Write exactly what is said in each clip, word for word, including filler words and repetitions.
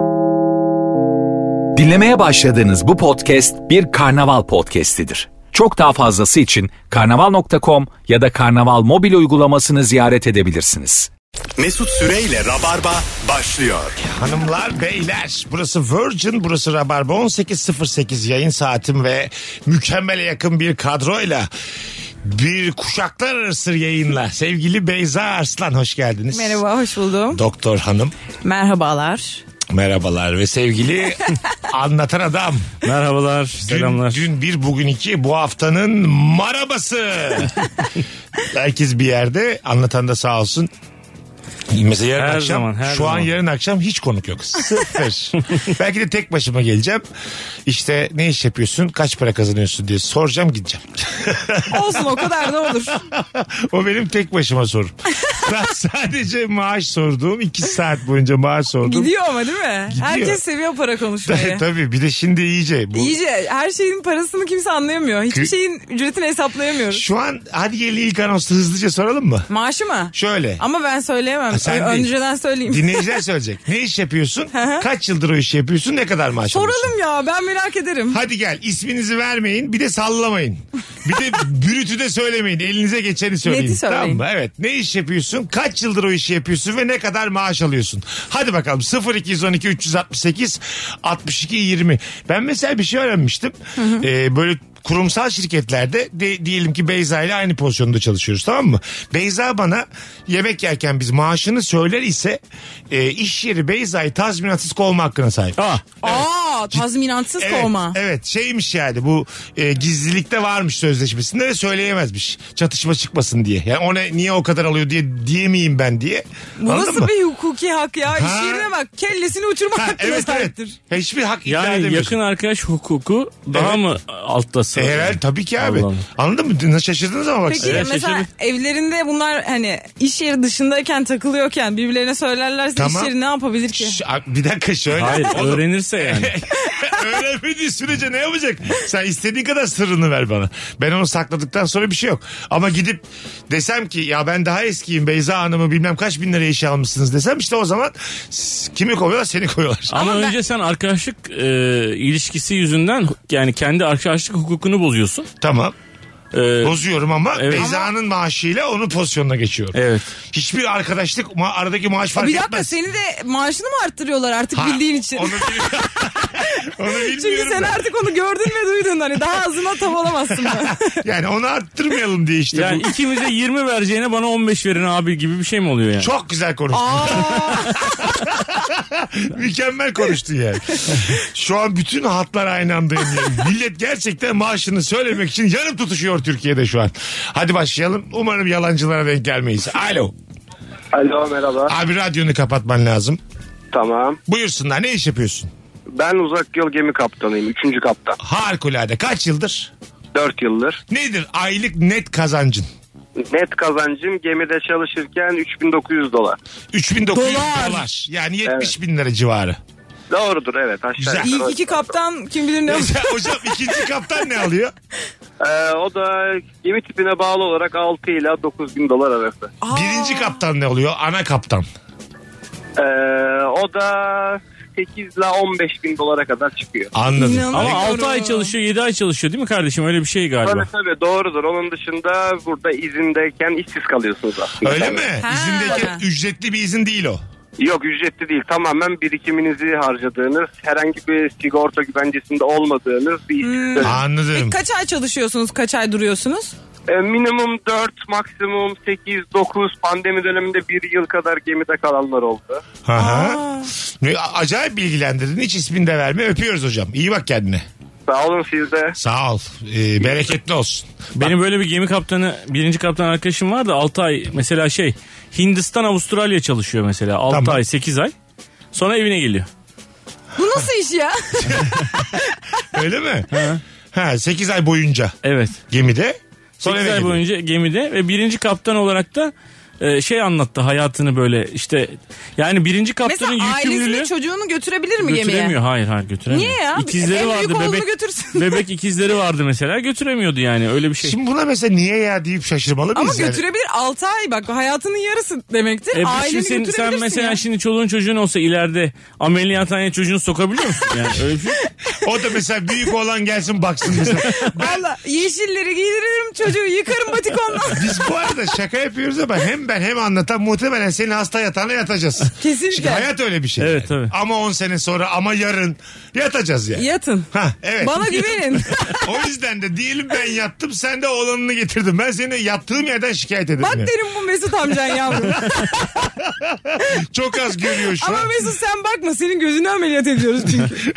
Dinlemeye başladığınız bu podcast bir karnaval podcastidir. Çok daha fazlası için karnaval nokta com ya da karnaval mobil uygulamasını ziyaret edebilirsiniz. Mesut Süreyle Rabarba başlıyor. Hanımlar, beyler, burası Virgin, burası Rabarba. on sekiz sıfır sekiz yayın saatim ve mükemmele yakın bir kadroyla, bir kuşaklar arası yayınla sevgili Beyza Arslan, hoş geldiniz. Merhaba, hoş buldum. Doktor hanım. Merhabalar. Merhabalar ve sevgili anlatan adam. Merhabalar, selamlar. Dün, dün bir, bugün iki, bu haftanın marabası. Herkes bir yerde, anlatan da sağ olsun. Mesela yarın her akşam, zaman, her şu zaman. an yarın akşam hiç konuk yok. Sıfır. Belki de tek başıma geleceğim. İşte ne iş yapıyorsun, kaç para kazanıyorsun diye soracağım, gideceğim. Olsun, o kadar da olur. O benim tek başıma sorum. Ben sadece maaş sorduğum, iki saat boyunca maaş sordum. Gidiyor ama değil mi? Gidiyor. Herkes seviyor para konuşmayı. Tabii, bir de şimdi iyice. Bu... İyice her şeyin parasını kimse anlayamıyor. Hiçbir Kı- şeyin ücretini hesaplayamıyoruz. Şu an hadi gelin ilk anonsta hızlıca soralım mı? Maaşı mı? Şöyle. Ama ben söyleyemem. Ha, sen Ö- değil. Önceden söyleyeyim. Dinleyiciler söyleyecek. Ne iş yapıyorsun? Kaç yıldır o işi yapıyorsun? Ne kadar maaş alıyorsun? Soralım ya, ben merak ederim. Hadi gel, isminizi vermeyin, bir de sallamayın. Bir de bürütü de söylemeyin, elinize geçeni söyleyin. Neti söyleyin. Tamam mı? Evet, ne iş yapıyorsun, kaç yıldır o işi yapıyorsun ve ne kadar maaş alıyorsun? Hadi bakalım. Sıfır iki on iki üç altı sekiz altmış iki yirmi. Ben mesela bir şey öğrenmiştim. Ee, böyle kurumsal şirketlerde de, diyelim ki Beyza ile aynı pozisyonda çalışıyoruz, tamam mı? Beyza bana yemek yerken biz maaşını söyler ise e, iş yeri Beyza'yı tazminatsız kovma hakkına sahip. Ah, Aa, tazminatsız Evet, kovma. evet, şeymiş yani bu e, gizlilikte varmış sözleşmesinde ve söyleyemezmiş. Çatışma çıkmasın diye. Yani o ne, niye o kadar alıyor diye diyemeyeyim ben diye. Bu Anladın nasıl mı? bir hukuki hak ya? Ha. İş yerine bak, kellesini uçurma Ha, hakkına evet evet. sahiptir. Ya hiçbir hak iddia yani edemiyorsun. yakın arkadaş hukuku daha Evet. mı altta sırada? E, herhalde tabii ki abi. Allah'ım. Anladın mı? Nasıl şaşırdınız ama bak. Peki Evet, mesela şaşırdım. evlerinde bunlar hani iş yeri dışındayken takılıyorken birbirlerine söylerlerse Tamam. iş yeri ne yapabilir ki? Şş, bir dakika şöyle. Hayır, Oğlum, öğrenirse yani. öğrenmediği sürece ne yapacak? Sen istediğin kadar sırrını ver bana. Ben onu sakladıktan sonra bir şey yok. Ama gidip desem ki ya ben daha eskiyim, Beyza Hanım'ı bilmem kaç bin liraya işe almışsınız desem, işte o zaman s- kimi koyuyorlar? Seni koyuyorlar. Ama, Ama ben- önce sen arkadaşlık e, ilişkisi yüzünden yani kendi arkadaşlık hukukunu bozuyorsun. Tamam. E, Bozuyorum ama Evet. Beyza'nın maaşıyla onun pozisyonuna geçiyorum. evet. Hiçbir arkadaşlık ma- aradaki maaş fark Bir dakika, etmez. seni de maaşını mı arttırıyorlar artık Ha, bildiğin için? Onu, bil- onu bilmiyorum. Çünkü sen ben. artık onu gördün ve duydun, hani daha azına tav alamazsın. Yani onu arttırmayalım diye işte. Yani bu. ikimize yirmi vereceğine bana on beş verin abi gibi bir şey mi oluyor yani? Çok güzel konuştun. Mükemmel konuştun yani. Şu an bütün hatlar aynı anda yanıyor. Millet gerçekten maaşını söylemek için yanıp tutuşuyor Türkiye'de şu an. Hadi başlayalım. Umarım yalancılara denk gelmeyiz. Alo. Alo, merhaba. Abi radyonu kapatman lazım. Tamam. Buyursunlar, ne iş yapıyorsun? Ben uzak yol gemi kaptanıyım. Üçüncü kaptan. Harikulade. Kaç yıldır? Dört yıldır. Nedir aylık net kazancın? Net kazancım gemide çalışırken üç bin dokuz yüz dolar. üç bin dokuz yüz Dolar. dolar. Yani yetmiş bin lira civarı. Doğrudur, evet, aşağı Güzel. yukarı. İlk iki kaptan kim bilir ne olacak. Hocam ikinci kaptan ne alıyor? Ee, o da gemi tipine bağlı olarak altı ila dokuz bin dolar arası. Birinci kaptan ne oluyor? Ana kaptan. Ee, o da sekiz ila on beş bin dolara kadar çıkıyor. Anladım. İnanamıyorum. Ama altı ay çalışıyor, yedi ay çalışıyor değil mi kardeşim? Öyle bir şey galiba. Tabii tabii, doğrudur. Onun dışında burada izindeyken işsiz kalıyorsunuz aslında. Öyle Tabii. mi? Ha. İzindeki ücretli bir izin değil o. Yok, ücretli değil. Tamamen birikiminizi harcadığınız, herhangi bir sigorta güvencesinde olmadığınız bir Hmm. iş. Anladım. Peki kaç ay çalışıyorsunuz, kaç ay duruyorsunuz? E, minimum dört, maksimum sekiz dokuz, pandemi döneminde bir yıl kadar gemide kalanlar oldu. Aha. Ne- Acayip bilgilendirdin. Hiç ismini de verme. Öpüyoruz hocam. İyi bak kendine. Sağ olun siz de. Sağ ol. Ee, bereketli olsun. Benim böyle bir gemi kaptanı, birinci kaptan arkadaşım var da altı ay mesela şey Hindistan, Avustralya çalışıyor mesela. altı Tamam. ay, sekiz ay. Sonra evine geliyor. Bu nasıl iş ya? Öyle mi? Ha, sekiz ay boyunca Evet. gemide. Sonra sekiz eve ay geliyor. boyunca gemide ve birinci kaptan olarak da e, şey anlattı hayatını böyle işte yani birinci kaptanın Mesela yükümlülüğü. ailesini çocuğunu götürebilir mi gemiye? Götüremiyor, hayır hayır götüremiyor. Niye ya? İkizleri En büyük vardı, oğlunu bebek götürsün. bebek ikizleri vardı mesela, götüremiyordu yani, öyle bir şey. Şimdi buna mesela niye ya deyip şaşırmalı Ama mıyız yani? götürebilir, altı ay bak hayatının yarısı demektir. E, Aileni şimdi sen, götürebilirsin sen mesela ya. şimdi çoluğun çocuğun olsa ileride ameliyathaneye çocuğunu sokabiliyor musun? Yani öyle bir şey. O da mesela büyük olan gelsin baksın mesela. Valla yeşilleri giydiririm çocuğu, yıkarım batikonla. Biz bu arada şaka yapıyoruz ama hem ben hem anlatan muhtemelen senin hasta yatağına yatacağız. Kesinlikle. Çünkü hayat öyle bir şey. Evet, yani. tabii. Ama on sene sonra ama yarın yatacağız yani. Yatın. Ha, evet. Bana güvenin. O yüzden de diyelim ben yattım, sen de oğlanını getirdin. Ben seni yattığım yerden şikayet ederim. Bak yani. derim bu Mesut amcan yavrum. Çok az görüyor şu Ama an. Mesut sen bakma, senin gözünü ameliyat ediyoruz çünkü.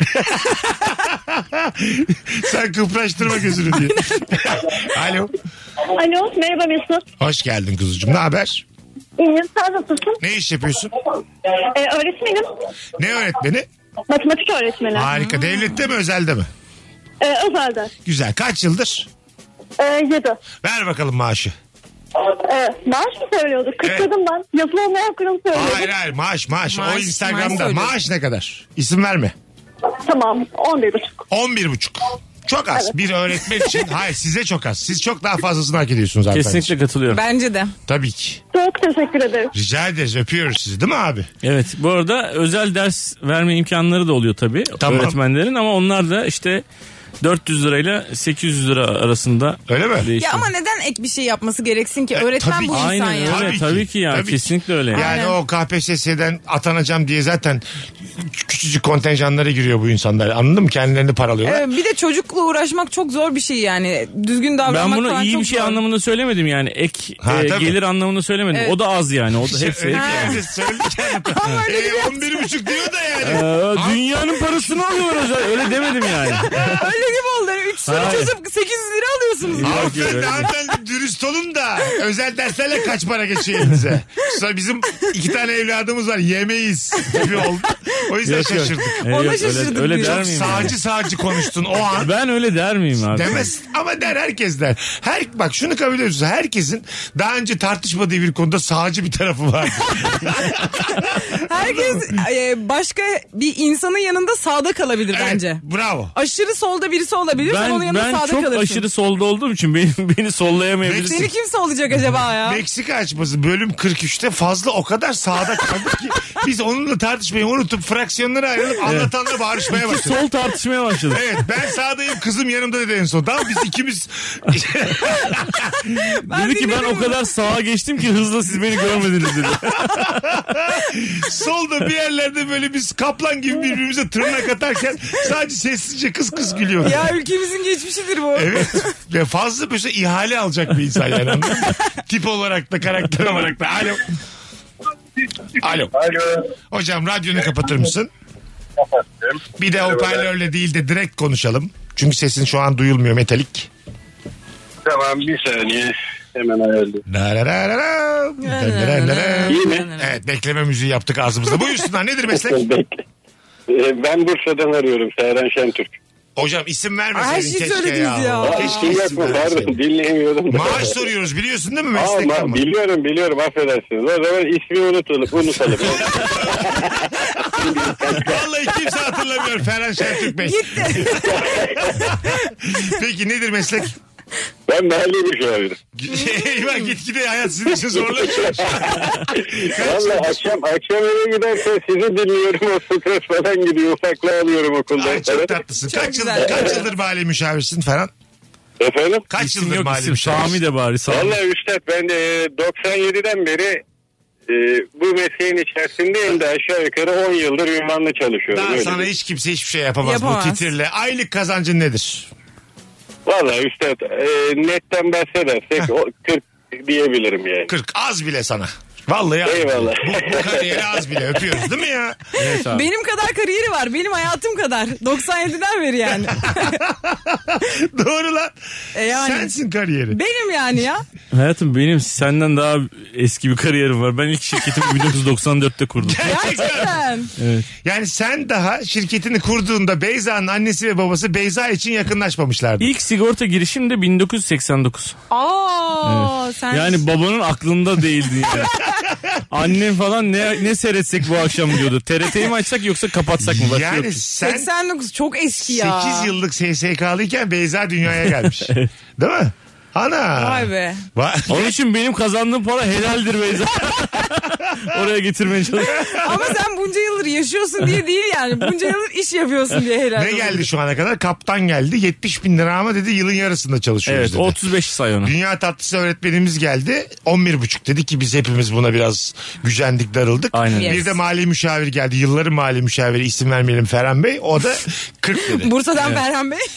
Sen kıpraştırma gözünü diye. Alo. Alo, merhaba Mesut. Hoş geldin kuzucuğum. Ne haber? İyiyim, sen nasılsın? Ne iş yapıyorsun? Ee, öğretmenim. Ne öğretmeni? Matematik öğretmeni. Harika. Devlette mi özelde mi? Ee, özelde. Güzel. Kaç yıldır? Ee, yedi. Ver bakalım maaşı. Ee, maaş mı söylüyorduk? Kırkladım Evet. ben. Yazılı olmayan kurum söylüyordum. Hayır hayır maaş maaş. Maaş, o Instagram'da. maaş Maaş, söylüyorsun. ne kadar? İsim verme. Tamam, on bir buçuk. On bir buçuk. Çok az. Bir öğretmen için. Hayır, size çok az. Siz çok daha fazlasını hak ediyorsunuz zaten. Kesinlikle katılıyorum. Bence de. Tabii ki. Çok teşekkür ederim. Rica ederiz. Öpüyoruz sizi, değil mi abi? Evet, bu arada özel ders verme imkanları da oluyor tabii Tamam. öğretmenlerin, ama onlar da işte dört yüz lirayla sekiz yüz lira arasında Öyle mi? değişiyor. Ya ama neden ek bir şey yapması gereksin ki? E, Öğretmen tabii bu ki. insan Aynen ya. öyle, Tabii tabii ki, ki, ya tabii ki. kesinlikle öyle. Yani Aynen. o K P S S'den atanacağım diye zaten küçücük kontenjanlara giriyor bu insanlar. Anladın mı? Kendilerini paralıyorlar. Ee, bir de çocukla uğraşmak çok zor bir şey yani. Düzgün davranmak Ben bunu falan iyi çok bir şey zor. anlamında söylemedim yani. Ek Ha, e, tabii. gelir anlamında söylemedim. Evet. O da az yani. O da hepsi. Öyle hepsi. bir söyledik yani. E, on bir buçuk diyor da yani. Ee, dünyanın parasını alıyoruz. Öyle demedim yani. Öyle gibi oldu. üç soru Hayır. çözüp sekiz yüz lira alıyorsunuz. Yok, yok, Hanımefendi, öyle. hanımefendi dürüst olun da özel derslerle kaç para geçiyor elinize? Sonra bizim iki tane evladımız var, yemeyiz gibi oldu. O yüzden Yok, yok. şaşırdık. Ee, Ona yok, şaşırdık Öyle, öyle diyor. der Çok miyim? yani? sağcı sağcı konuştun o an. Ben öyle der miyim abi? Demez ama der, herkes der. Her, bak şunu kabul ediyoruz. Herkesin daha önce tartışmadığı bir konuda sağcı bir tarafı var. Herkes e, başka bir insanın yanında sağda kalabilir Evet, bence. bravo. Aşırı solda birisi olabilir. sen onun Ben, yanında ben sağda çok kalırsın. aşırı solda olduğum için beni, beni sollayamayabilirsin. Seni kim sollayacak acaba ya? Meksika açması bölüm kırk üçte fazla o kadar sağda kaldı ki biz onunla tartışmayı unutup fraksiyonlara ayrılıp anlatanla bağırışmaya başladık. Sol tartışmaya başladık. Evet, ben sağdayım, kızım yanımda dedi en son. Tamam, biz ikimiz Dedi ki ben o kadar sağa geçtim ki hızla siz beni görmediniz dedi. solda bir yerlerde böyle biz kaplan gibi birbirimize tırnak atarken sadece sessizce kız kız gülüyor. Ya ülkemizin geçmişidir bu. Evet. Ve fazla böyle ihale alacak bir insan yani. Anladın mı? Tip olarak da karakter olarak da. Alo. Alo. Alo. Hocam radyonu kapatır mısın? Kapattım. Bir de hoparlörle değil de direkt konuşalım. Çünkü sesin şu an duyulmuyor, metalik. Tamam, bir saniye. Hemen ayarlayayım. İyi mi? Evet, bekleme müziği yaptık ağzımızda. Buyursunlar, nedir meslek? Ee, Ben Bursa'dan arıyorum, Seyran Şentürk. Hocam isim Her vermeseydin şeyi keşke söylediniz ya. Aa, Keşke kim isim yapma, pardon, vermeseydin. dinleyemiyordum. da. Maaş soruyoruz, biliyorsun değil mi Aa, meslekten ma- mi? biliyorum biliyorum, affedersiniz. O zaman ismi unutalım. unutalım. Vallahi kimse hatırlamıyor Ferhan Şentürk Bey. Gitti. Peki nedir meslek? Ben mahalle müşavirim. Eyvah, gitgide hayat sizin için zorlaşıyor. Valla akşam, akşam eve giderken sizi dinliyorum. O stres falan gidiyor. Ufaklığı alıyorum okuldan. Ay, çok sonra. tatlısın. Çok Kaç güzel. yıldır, kaç yıldır mali müşavirsin Ferhan? Efendim? Kaç İsim yıldır yok, mali isim. müşavirsin? Sami de bari. Sami. Valla Üstad, ben de doksan yediden beri e, bu mesleğin içerisindeyim de aşağı yukarı on yıldır ünvanlı çalışıyorum. Daha öyle sana diyeyim. hiç kimse hiçbir şey yapamaz, Yapamaz. bu titirle. Aylık kazancın nedir? Valla Üstad, e, netten bahsedersek o kırk diyebilirim yani. kırk az bile sana. Vallahi az. Eyvallah. Bu, bu kariyeri az bile öpüyoruz değil mi ya? Evet abi. Benim kadar kariyeri var. Benim hayatım kadar. doksan yediden beri yani. Doğru lan. E yani. Sensin kariyeri. Benim yani ya. Hayatım benim senden daha eski bir kariyerim var. Ben ilk şirketimi bin dokuz yüz doksan dörtte kurdum. Gerçekten. Evet. Yani sen daha şirketini kurduğunda Beyza'nın annesi ve babası Beyza için yakınlaşmamışlardı. İlk sigorta girişim de bin dokuz yüz seksen dokuz. Aa, sen Yani babanın aklında değildi yani. Annem falan ne ne seyretsek bu akşam diyordu. T R T'yi mi açsak yoksa kapatsak mı? Başka Yani yoktu. sen seksen dokuz çok eski ya. sekiz yıllık S S K'lıyken Beyza dünyaya gelmiş. Değil mi? Ana. Vay be. Va- Onun için benim kazandığım para helaldir Beyza. Oraya getirmeye çalışıyorum. Ama sen bunca yıldır yaşıyorsun diye değil yani. Bunca yıldır iş yapıyorsun diye herhalde. Ne geldi şu ana kadar? Kaptan geldi. yetmiş bin lira ama dedi yılın yarısında çalışıyoruz Evet dedi. otuz beş say onu. Dünya tatlısı öğretmenimiz geldi. on bir buçuk dedi ki biz hepimiz buna biraz gücendik, darıldık. Aynen. Bir Yes. de mali müşavir geldi. Yılların mali müşaviri, isim vermeyelim, Ferhan Bey. O da kırk dedi. Bursa'dan Ferhan Bey.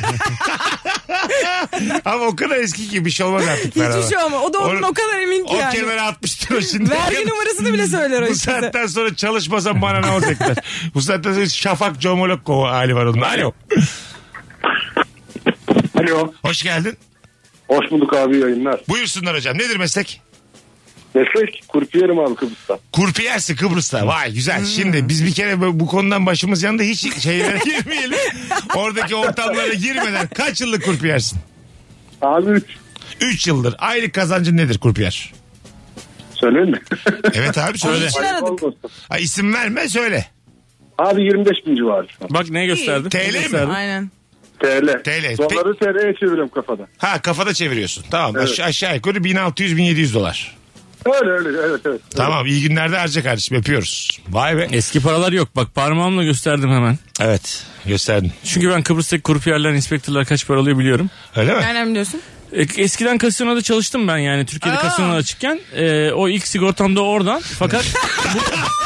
Ama o kadar eski ki bir şey olmaz artık Ferhan'a. Hiçbir şey olma. O da onun O- o kadar emin ki O yani. kenara atmıştır o şimdi. Vergi numarasını bile söyler o Bu işte. saatten sonra çalışmasam bana ne olacaklar? Bu saatten sonra Şafak Comolokko hali var onun. Alo. Alo. Hoş geldin. Hoş bulduk abi, yayınlar. Buyursunlar hocam. Nedir meslek? Meslek kurpiyerim abi Kıbrıs'ta. Kurpiyersi Kıbrıs'ta. Vay güzel. Hmm. Şimdi biz bir kere bu bu konudan başımız yanında hiç şeylere girmeyelim. Oradaki ortamlara girmeden kaç yıllık kurpiyersin? Abi üç. üç yıldır. Aylık kazancın nedir kurpiyer? Söyleyeyim mi? Evet abi söyle. için aradık. Ha, isim verme söyle. Abi yirmi beş bin civarı şu an. Bak ne gösterdim. T L Ne mi? gösterdim? Aynen. T L. T L. Doları T L'ye çeviriyorum kafada. Ha kafada çeviriyorsun. Tamam Evet. aş- aşağı yukarı bin altı yüz bin yedi yüz dolar. Öyle öyle evet evet. Tamam iyi günlerde harca kardeşim öpüyoruz. Vay be. Eski paralar yok. Bak parmağımla gösterdim hemen. Evet gösterdin. Çünkü ben Kıbrıs'taki kurpiyerler, inspektörler kaç para alıyor biliyorum. Öyle mi? Nereden biliyorsun? E, Eskiden kasinoda çalıştım ben yani. Türkiye'de Aa. kasinoda açıkken. E, o ilk sigortam da oradan. Fakat bu,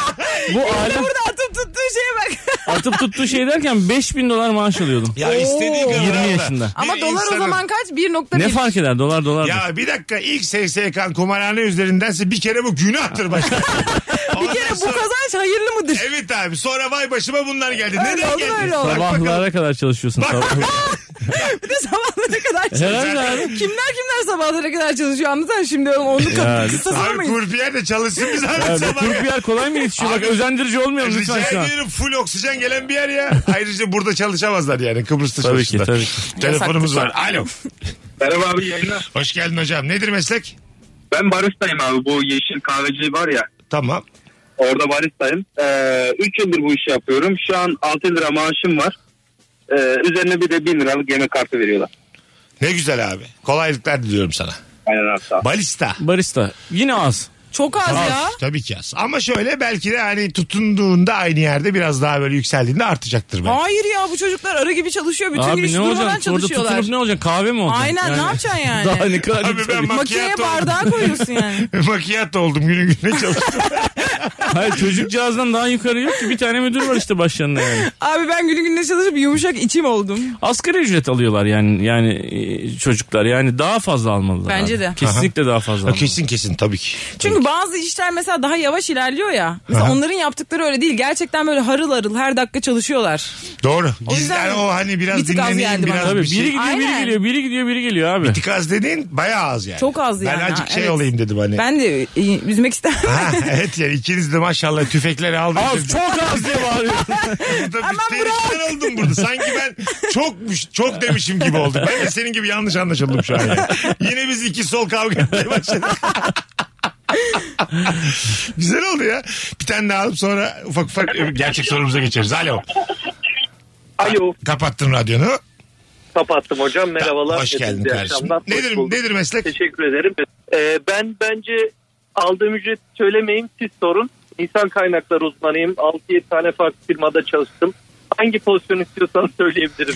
bu alem Burada atıp tuttuğu şeye bak. atıp tuttuğu şey derken beş bin dolar maaş alıyordum. Ya istediğin kadar yirmi al da. yaşında. Ama Bir dolar insanın- o zaman kaç? bir nokta bir. Ne fark eder? Dolar dolar. Ya bir dakika ilk S S K'nın kumarhane üzerindense bir kere bu günahtır başta. Bir kere bu kazanç hayırlı mıdır? Evet abi sonra vay başıma bunlar geldi. Öyle Neden olur, geldi? öyle olur. Bak bakalım. Sabahlara kadar çalışıyorsun. Bak. Sabah- Bir de sabahlara kadar çalışıyor. Herhalde abi. Kimler kimler sabahlara kadar çalışıyor anlatan şimdi onun Ya, kısası Abi mıyız? kurpiyer de çalışsın biz abi Ya, sabah. kurpiyer kolay mı yetişiyor? Bak Abi, özendirici olmuyorum lütfen Rica şu an. ediyorum full oksijen gelen bir yer ya. Ayrıca burada çalışamazlar yani Kıbrıs'ta Tabii ki, çalışırlar. tabii ki. Telefonumuz var. Alo. Merhaba abi, yayınlar. Hoş geldin hocam. Nedir meslek? Ben baristayım abi, bu yeşil kahveci var ya, Tamam. orada baristayım. Ee, üç yıldır bu işi yapıyorum. Şu an altı lira maaşım var. Ee, üzerine bir de bin liralık yemek kartı veriyorlar. Ne güzel abi. Kolaylıklar diliyorum sana. Aynen abi, sağ ol. Balista. Barista. Yine az. Çok az ya. Az, tabii ki az. Ama şöyle belki de hani tutunduğunda aynı yerde biraz daha böyle yükseldiğinde artacaktır belki. Hayır ya bu çocuklar arı gibi çalışıyor. Bütün gün Abi hiç ne durmadan olacak? Orada çalışıyorlar. tutunup ne olacak? Kahve mi olacak? Aynen, ne yapacaksın yani? Daha ne kadar Abi ben yükselecek? Makineye Macchiato bardağı koyuyorsun yani. Makiyat oldum günün gününe çalıştım. Hayır çocukcağızdan daha yukarı yok ki. Bir tane müdür var işte başlarında yani. Abi ben günü gününe çalışıp yumuşak içim oldum. Asgari ücret alıyorlar yani yani e, çocuklar. Yani daha fazla almalılar. Bence abi. de. Kesinlikle daha fazla almalılar. Kesin kesin tabii ki. Çünkü bazı işler mesela daha yavaş ilerliyor ya. Mesela Aha. onların yaptıkları öyle değil. Gerçekten böyle harıl harıl her dakika çalışıyorlar. Doğru. O yüzden Bizler o hani biraz bir tık az dinleneyim geldi bana. biraz Tabii bir şey. biri gidiyor biri Aynen. geliyor biri gidiyor biri geliyor abi. Bir tık az dediğin bayağı az yani. Çok az Ben yani. azıcık Ha, şey evet. olayım dedim hani. Ben de e, üzmek istemem. Ha, evet yani ikiniz de maşallah tüfekleri aldınız. Az çok az diye bağırıyorsun. Burada Aman bir perişan oldum burada. Sanki ben çokmuş, çok demişim gibi oldum. Ben de senin gibi yanlış anlaşıldım şu an. Yani. Yine biz iki sol kavga etmeye başladık. Güzel oldu ya. Bir tane daha alıp sonra ufak ufak gerçek sorumuza geçeriz. Alo. Alo, Kapattın radyonu. kapattım hocam, merhabalar. Hoş geldin İyi kardeşim. akşamlar, hoş Nedir, bulduk. nedir meslek? Teşekkür ederim. Ee, ben bence aldığım ücret söylemeyeyim, siz sorun. İnsan kaynakları uzmanıyım. altı yedi tane farklı firmada çalıştım. Hangi pozisyon istiyorsan söyleyebilirim.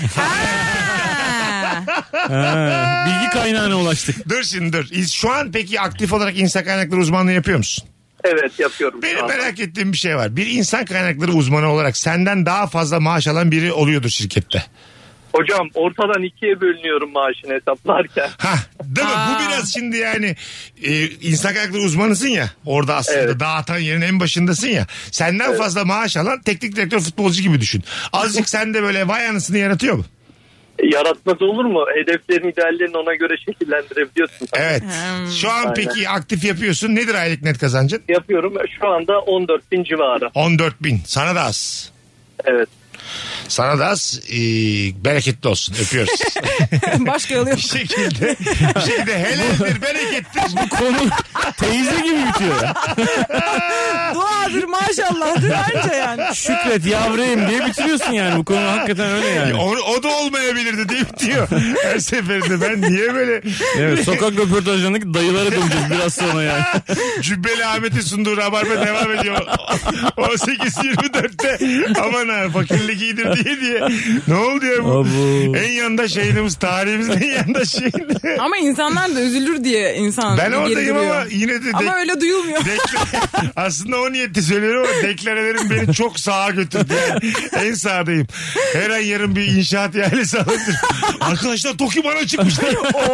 Ha, bilgi kaynağına ulaştık. Dur şimdi dur. Şu an peki aktif olarak insan kaynakları uzmanlığı yapıyor musun? Evet, yapıyorum. şu Benim anda. merak ettiğim bir şey var. Bir insan kaynakları uzmanı olarak senden daha fazla maaş alan biri oluyordur şirkette. Hocam ortadan ikiye bölünüyorum maaşını hesaplarken. Ha, değil mi? Bu biraz şimdi yani e, insan kaynakları uzmanısın ya. Orada aslında Evet. dağıtan yerin en başındasın ya. Senden fazla maaş alan teknik direktör futbolcu gibi düşün. Azıcık sende böyle vay anasını yaratıyor mu? Yaratmaz olur mu? Hedeflerini, ideallerini ona göre şekillendirebiliyorsun. Evet. Şu an Aynen. peki aktif yapıyorsun. Nedir aylık net kazancın? Yapıyorum. Şu anda on dört bin civarı. on dört bin. Sana da az. Evet. Sana da az. Ee, bereketli olsun. Öpüyoruz. Başka yolu yok. bir şekilde bir şekilde helaldir, berekettir. Bu konu teyze gibi bitiyor ya. Duadır maşallahdır anca yani. Şükret yavrum diye bitiriyorsun yani. Bu konu hakikaten öyle yani. O, o da olmayabilirdi diye bitiyor. Her seferinde ben niye böyle Evet, sokak röportajlarındaki dayılara döneceğiz biraz sonra yani. Cübbeli Ahmet'in sunduğu Rabarba devam ediyor. on sekiz yirmi dörtte aman ha fakirlik iyidir diye diye. Ne oldu ya bu? Abu. En yandaş yayınımız, tarihimizin en yandaş yayını. Ama insanlar da üzülür diye insan Ben oradayım girdiriyor. ama yine de... Ama dek- öyle duyulmuyor. dekla- Aslında o niyette söylüyorum ama deklarelerim beni çok sağa götürdü. Yani. En sağdayım. Her ay yarın bir inşaat ihalesi alabilirim. Arkadaşlar TOKİ bana çıkmıştı.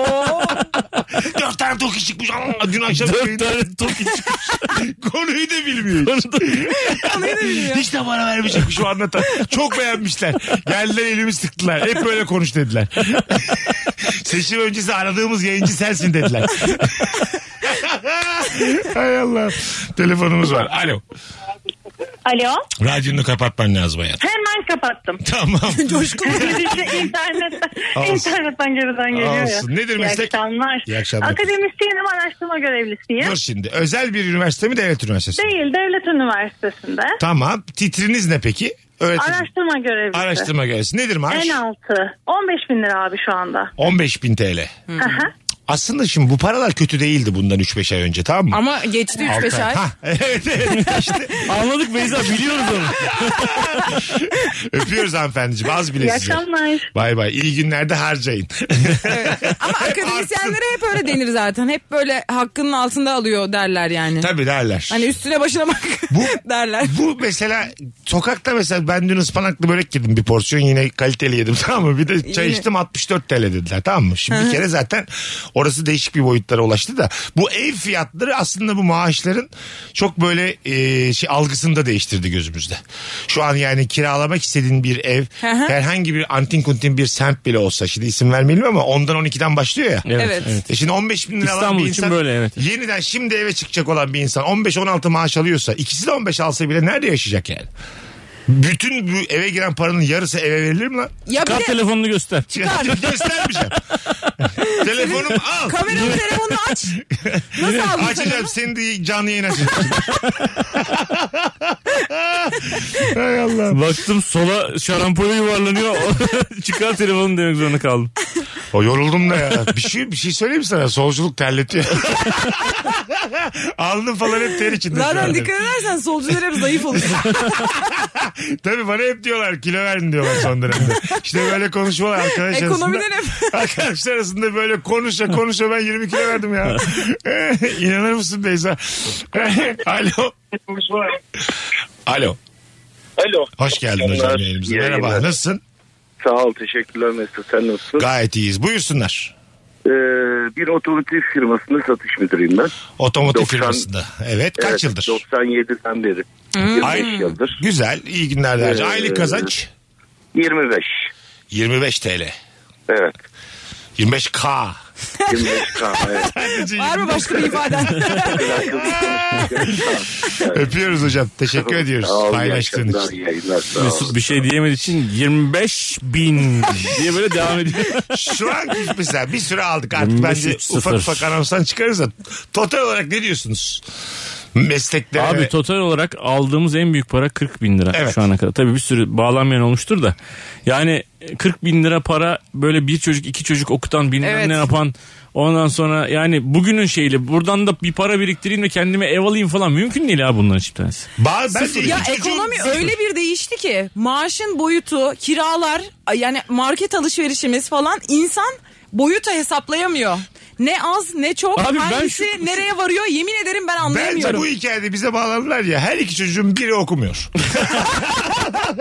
Dört tane TOKİ çıkmış. Aa, dün akşam Dört yayında- tane TOKİ çıkmış. Konuyu da bilmiyor. Hiç de bana vermeyecekmiş şu anlatan. Çok beğenmişler. Geldiler elimi sıktılar. Hep böyle konuş dediler. Seçim öncesi aradığımız yayıncı sensin dediler. Hay Allah. Telefonumuz var. Alo. Alo. Radyonu kapatman lazım hayatım. Hemen kapattım. Tamam. Coşkulu. internetten, Olsun. internetten geriden geliyor Olsun. ya. Nedir meslek? İyi akşamlar. İyi akşamlar. Akademisyenim, araştırma görevlisiyim. Dur şimdi. Özel bir üniversite mi, devlet üniversitesi? Değil, devlet üniversitesinde. Tamam. Titriniz ne peki? Öğretim. Araştırma görevlisi. Araştırma görevlisi. Nedir maaş? En altı. on beş bin lira abi şu anda. on beş bin T L. Aha. Aslında şimdi bu paralar kötü değildi bundan üç beş ay önce, tamam mı? Ama geçti üç beş ay. Ha, evet evet. İşte Anladık Beyza, biliyoruz onu. öpüyoruz hanımefendiciğim. Az bile İyi size. akşamlar. Bay bay. İyi günlerde harcayın. Ama akademisyenlere hep öyle denir zaten. Hep böyle hakkının altında alıyor derler yani. Tabii derler. Hani üstüne başına bak Bu- derler. Bu mesela sokakta mesela ben dün ıspanaklı börek yedim bir porsiyon, yine kaliteli yedim, tamam mı? Bir de çay Yine. içtim altmış dört T L dediler, tamam mı? Şimdi bir kere zaten orası değişik bir boyutlara ulaştı da bu ev fiyatları aslında bu maaşların çok böyle e, şey algısını da değiştirdi gözümüzde. Şu an yani kiralamak istediğin bir ev Hı hı. herhangi bir antin kuntin bir semt bile olsa, şimdi isim vermeyelim ama ondan on ikiden başlıyor ya. Evet. Evet. evet. E şimdi on beş bin lira alan İstanbul bir için insan böyle, evet. yeniden şimdi eve çıkacak olan bir insan on beş on altı maaş alıyorsa, ikisi de on beş alsa bile nerede yaşayacak yani? Bütün bu eve giren paranın yarısı eve verilir mi lan? Ya bir Kart de telefonunu göster. çıkar. Göstermeyeceğim. Telefonum al. Kameranın telefonunu aç. Nasıl aldın Açacağım, telefonu? seni de canlı yayın açacağım. Hay Allah. Baktım sola şarampole yuvarlanıyor. Çıkar telefonunu demek zorunda kaldım. O yoruldum da ya. Bir şey bir şey söyleyeyim mi sana? Solculuk terletiyor. Alnım falan hep ter içinde. şu Zaten an. dikkat edersen solcular hep zayıf olur. Tabii bana hep diyorlar kilo verdin diyorlar son dönemde. İşte böyle konuşmalar arkadaş Ekonomiden arasında. hep. Arkadaşlar arasında böyle konuşa konuşa ben yirmi kilo verdim ya. İnanır mısın Beyza? Alo. Alo. Alo. Hoş geldin hocam yayınımıza. İyi Merhaba, yayınlar. nasılsın? Sağ ol, teşekkürler Mesut. Sen nasılsın? Gayet iyiyiz. Buyursunlar. Ee, bir otomotiv firmasında satış müdürüyüm ben. Otomotiv doksan firmasında. Evet. Kaç Evet, yıldır? doksan yediden beri. yirmi Ay- beş yıldır. Güzel. İyi günler derece. Ee, Aylık kazanç yirmi beş. yirmi beş T L. Evet. yirmi beş K. yirmi beş K. Evet. Var mı başka bir ifaden? Öpüyoruz hocam. Teşekkür ediyoruz Sağ ol, iyi paylaştığın akşamlar, için. iyi yayınlar, sağ ol. Mesut bir şey diyemediği için yirmi beş bin diye böyle devam ediyor. Şu an mesela bir süre aldık artık. yirmi beş Bence üç ufak sıfır. ufak anonstan çıkarız da. Total olarak ne diyorsunuz? Mesleklere Abi ve- total olarak aldığımız en büyük para kırk bin lira Evet. şu ana kadar. Tabii bir sürü bağlanmayan olmuştur da. Yani kırk bin lira para böyle bir çocuk iki çocuk okutan bilmem Evet. ne yapan. Ondan sonra yani bugünün şeyle buradan da bir para biriktireyim de kendime ev alayım falan mümkün değil abi bunların hiçbir tanesi. Ba- bence Ya iki çocuğun- ekonomi öyle bir değişti ki maaşın boyutu, kiralar, yani market alışverişimiz falan insan boyuta hesaplayamıyor. Ne az ne çok, Abi ben hangisi şu- nereye varıyor yemin ederim ben Bence anlayamıyorum. bu hikayede bize bağlandılar ya, her iki çocuğun biri okumuyor.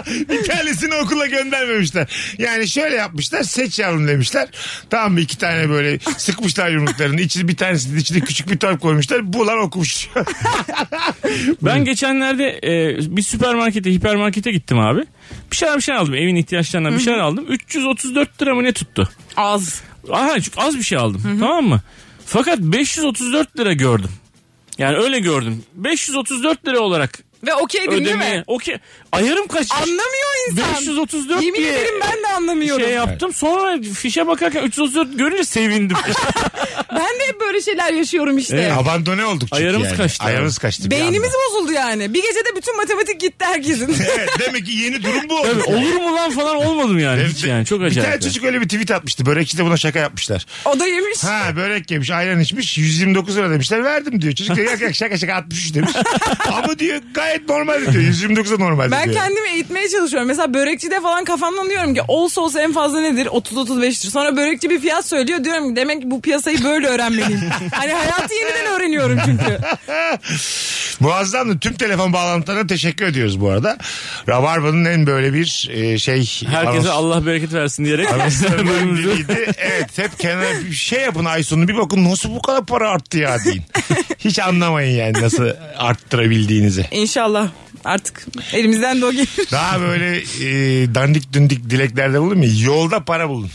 Bir tanesini okula göndermemişler. Yani şöyle yapmışlar. Seç yavrum demişler. Tamam mı? İki tane böyle sıkmışlar yumruklarını. İçine bir tanesinin içine küçük bir torp koymuşlar. Bu lan okumuş. Ben geçenlerde e, bir süpermarkete, hipermarkete gittim abi. Bir şeyler bir şey aldım. Evin ihtiyaçlarından bir şeyler aldım. üç yüz otuz dört lira mı ne tuttu? Az. Aha, çünkü az bir şey aldım. Hı-hı. Tamam mı? Fakat beş yüz otuz dört lira gördüm. Yani öyle gördüm. beş yüz otuz dört lira olarak ve okeydin değil mi? Okey. Ayarım kaçmış. Anlamıyor insan. beş yüz otuz dört Yemin diye ederim ben de anlamıyorum. Şey yaptım. Sonra fişe bakarken üç yüz otuz dört görünce sevindim. Ben de hep böyle şeyler yaşıyorum işte. Evet. Abandone olduk çünkü Ayarımız yani. kaçtı. Ayarımız kaçtı. Beynimiz bozuldu yani. Bir gecede bütün matematik gitti herkesin. Evet, demek ki yeni durum bu oldu. Tabii, olur mu lan falan olmadım yani. Evet, hiç yani çok acayip. Bir tane çocuk öyle bir tweet atmıştı. Börekçi de buna şaka yapmışlar. O da yemiş. Ha börek yemiş, ayran içmiş, yüz yirmi dokuz lira demişler, verdim diyor. Çocuk diyor yak şaka şaka altmış üç demiş. Ama diyor gayet normal diyor. yüz yirmi dokuza normal ben diyor. Ben kendimi eğitmeye çalışıyorum. Mesela börekçide falan kafamdan diyorum ki olsa olsa en fazla nedir? otuz otuz beştir. Sonra börekçi bir fiyat söylüyor. Diyorum ki demek ki bu piyasayı böyle öğrenmeliyim. Hani hayatı yeniden öğreniyorum çünkü. Muazzamdı. Tüm telefon bağlantılarına teşekkür ediyoruz bu arada. Rabarba'nın en böyle bir e, şey... Herkese anons... Allah bereket versin diyerek. biriydi. Evet, hep kenara bir şey yapın ay sonu, bir bakın nasıl bu kadar para arttı ya deyin. Hiç anlamayın yani nasıl arttırabildiğinizi. İnşallah. Artık elimizden de o gelir. Daha böyle e, dandik dündik dileklerde bulun mu? Yolda para bulun.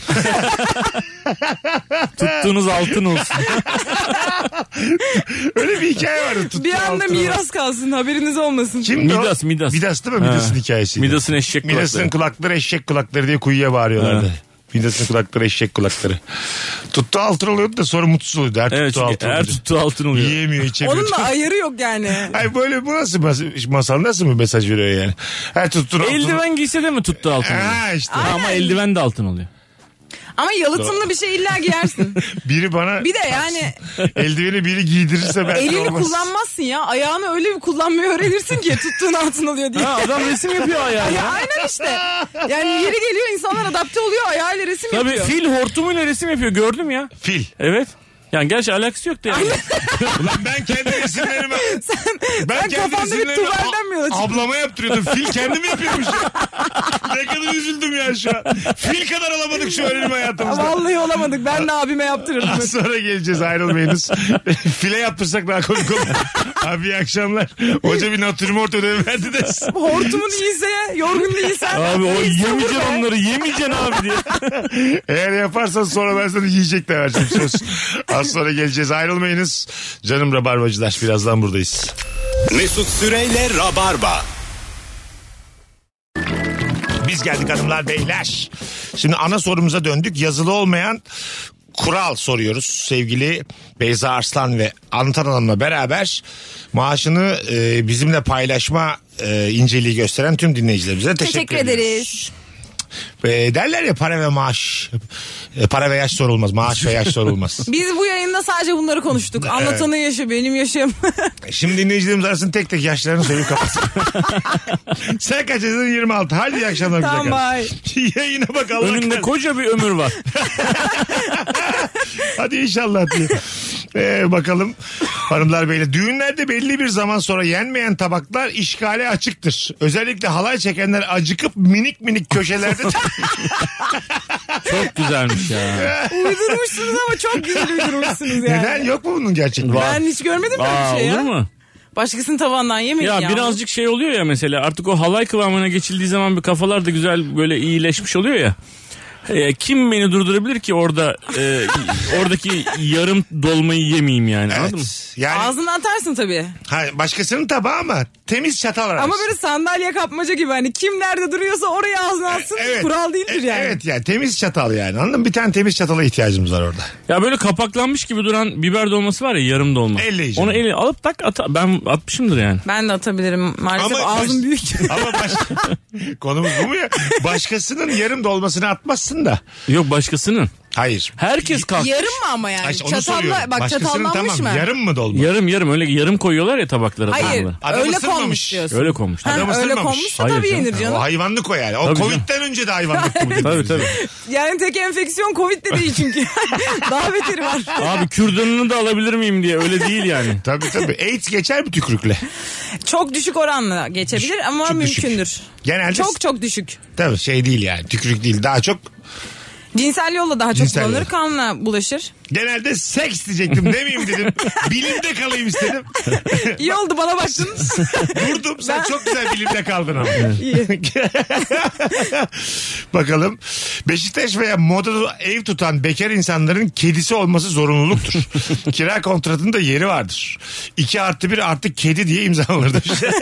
Tuttuğunuz altın olsun. Öyle bir hikaye vardı. Tuttuğu bir anda miras var. kalsın, haberiniz olmasın. Kimdi Midas, o? Midas. Midas değil mi? Midas'ın hikayesi. Midas'ın eşek kulakları. Midas'ın kulakları eşek kulakları diye kuyuya bağırıyorlardı. Evet. Midas'ın kulakları eşek kulakları. Tuttuğu altın oluyordu da sonra mutsuz oluyordu. Her evet, tuttuğu altın her oluyordu. tuttuğu altın oluyor. Yiyemiyor, içemiyor. Onun da ayarı yok yani. Ay böyle bu nasıl mas- masal, nasıl bir mesaj veriyor yani? Her tuttuğun altın. Eldiven giyse de mi tuttuğu altın oluyor? Ha işte. Ama eldiven de altın oluyor. Ama yalıtımlı bir şey illa giyersin. Biri bana... Bir de yani... Eldiveni biri giydirirse ben... Elini olmaz. kullanmazsın ya. Ayağını öyle bir kullanmayı öğrenirsin ki tuttuğun altın oluyor diye. Ha, adam resim yapıyor ayağıyla. Ya, aynen işte. Yani yeri geliyor, insanlar adapte oluyor, ayağıyla resim Tabii, yapıyor. fil hortumuyla resim yapıyor, gördüm ya. Fil. Evet. Yani gerçi alakası yoktu yani. Ulan ben kendi resimlerimi... sen ben sen kendi kafanda bir resimlerimi tuvalden mi yola çıktın? ablama yaptırıyordum. Fil kendim yapıyormuş ya. Ne kadar üzüldüm ya şu an. Fil kadar olamadık şu öğrenim hayatımızda. Vallahi olamadık. Ben de abime yaptırırdım. Az sonra geleceğiz, ayrılmayınız. File yaptırsak daha komik olur. Abi iyi akşamlar. Hoca bir natürmort ödevi verdi de. Hortumun iyiyse, yorgun değilsen. Abi o yemeyeceksin onları, yemeyeceksin abi diye. Eğer yaparsan sonra ben sana yiyecek de vereceğim söz. Az sonra geleceğiz, ayrılmayınız. Canım Rabarbacılar, birazdan buradayız. Mesut Süreyle Rabarba. Biz geldik hanımlar beyler. Şimdi ana sorumuza döndük. Yazılı olmayan kural soruyoruz. Sevgili Beyza Arslan ve Anlatan Hanım'la beraber maaşını e, bizimle paylaşma e, inceliği gösteren tüm dinleyicilerimize teşekkür, Teşekkür ederiz. E, derler ya para ve maaş. E, para ve yaş sorulmaz. Maaş ve yaş sorulmaz. Biz bu yayında sadece bunları konuştuk. Anlatanın yaşı, benim yaşım. Şimdi dinleyicilerimiz arasında tek tek yaşlarını söyleyip kapatsın. Sen kaç yaşındasın? yirmi altı. Hadi iyi akşamlar. Tamam, bay. Yayına bak Allah Önünde kahretsin. koca bir ömür var. Hadi inşallah diye. Ee, bakalım hanımlar beyler. Düğünlerde belli bir zaman sonra yenmeyen tabaklar işgale açıktır. Özellikle halay çekenler acıkıp minik minik köşelerde... Çok güzelmiş ya. Uydurmuşsunuz ama çok güzel uydurmuşsunuz yani. Neden? Yok mu bunun gerçekten? Ben hiç görmedim böyle Aa, bir şey olur ya. mu? Başkasının tavandan yemeyin ya. Ya birazcık şey oluyor ya, mesela artık o halay kıvamına geçildiği zaman bir kafalar da güzel böyle iyileşmiş oluyor ya. E, kim beni durdurabilir ki orada e, oradaki yarım dolmayı yemeyeyim yani, Evet. anladın mı? Yani, Ağzına atarsın tabii. ha, başkasının tabağı ama temiz çatal ararsın. Ama böyle sandalye kapmaca gibi, hani kim nerede duruyorsa oraya ağzına atsın. Evet. Kural değildir E- yani. Evet yani temiz çatal yani, anladın mı? Bir tane temiz çatala ihtiyacımız var orada. Ya böyle kapaklanmış gibi duran biber dolması var ya, yarım dolma. Elle yiyeceğim. Onu eli alıp tak at, ben atmışımdır yani. Ben de atabilirim. Maalesef Ama ağzım baş- büyük. Ama baş... konumuz bu mu ya? Başkasının yarım dolmasını atmazsın da. Yok, başkasının. Hayır. Herkes kalkmış. Yarım mı ama yani? Ay, onu Çatalla, soruyorum. bak Başkasının çatallanmış tamam, mı? yarım mı dolma? Yarım yarım öyle yarım koyuyorlar ya tabaklara. Hayır tabaklara. Adam öyle ısırmamış. konmuş diyorsun. Öyle konmuş. Ha, Adam öyle ısırmamış. konmuşsa Hayır tabii canım. yenir canım. O hayvanlık o yani. O Tabii Covid'den önce de hayvanlık bu. Tabii tabii. Yani tek enfeksiyon Covid de değil çünkü. Daha beteri var. Abi kürdanını da alabilir miyim diye öyle değil yani. Tabii tabii. AIDS geçer mi tükürükle? Çok düşük oranla geçebilir ama Çok düşük. mümkündür. Genelde Çok çok düşük. tabii şey değil yani. Tükürük değil. Daha çok Cinsel yolla daha çok Cinsel bulanır, yolla. kanla bulaşır. genelde seks diyecektim demeyeyim dedim. Bilimde kalayım istedim. İyi oldu bana baktın. Durdum. Sen Ben- çok güzel bilimde kaldın ama. İyi. Bakalım. Beşiktaş veya Moda'da ev tutan bekar insanların kedisi olması zorunluluktur. Kira kontratında yeri vardır. İki artı bir artı kedi diye imzalanırdır.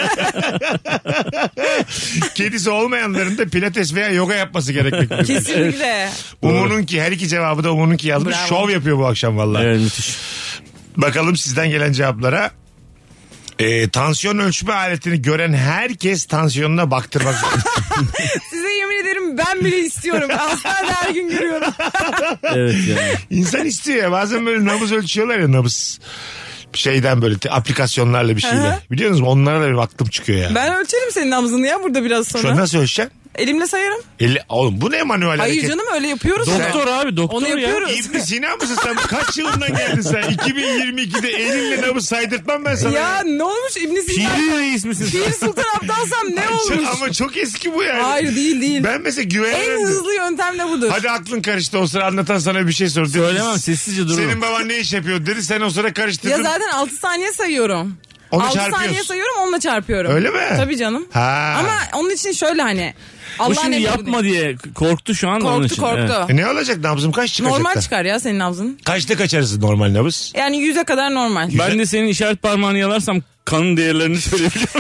Kedisi olmayanların da pilates veya yoga yapması gerekmektedir. Kesinlikle. Umur'un ki her iki cevabı da Umur'un ki yazmış. Bravo. Şov yapıyor bu akşam vallahi. Evet müthiş. Bakalım sizden gelen cevaplara. Ee, tansiyon ölçme aletini gören herkes tansiyonuna baktırmak zorunda. Size yemin ederim ben bile istiyorum. Hastanede her gün görüyorum. Evet yani. İnsan istiyor ya. Bazen böyle nabız ölçüyorlar ya, nabız. Şeyden böyle te- aplikasyonlarla bir şeyle. Hı hı. Biliyor musunuz? Onlara da bir aklım çıkıyor ya. Ben ölçerim senin nabzını ya burada biraz sonra. Şu an nasıl ölçeceksin? Elimle sayarım. Eli, oğlum bu ne manuel Hayır hareket? canım öyle yapıyoruz. Doktor abi doktor Onu ya. yapıyoruz. İbn Sina mısın sen? Kaç yılından geldin sen? iki bin yirmi ikide elinle nabız saydırtmam ben sana. Ya ne olmuş İbn Sina? Piri reis misin sen? Pir Sultan Abdalsam ne Çok- olmuş? Ama çok eski bu yani. Hayır değil değil. Ben mesela güvenemem. En hızlı yöntem de budur. Hadi aklın karıştı, o sıra anlatan sana bir şey sordu. Söylemem, sessizce dururum. Senin baban ne iş yapıyor dedi, sen o sıra karıştırdın. Ya zaten altı saniye sayıyorum. Onu altı çarpıyorsun. saniye sayıyorum onunla çarpıyorum. Öyle mi? Tabii canım. Ha. Ama onun için şöyle hani. Bu Allah şimdi ne yapma diye korktu şu an onun Korktu için. korktu. Evet. E ne olacak, nabzım kaç çıkacak Normal da? çıkar ya senin nabzın. Kaçta kaçarız normal nabız? Yani yüze kadar normal. Ben de senin işaret parmağını yalarsam kanın değerlerini söyleyebilirim.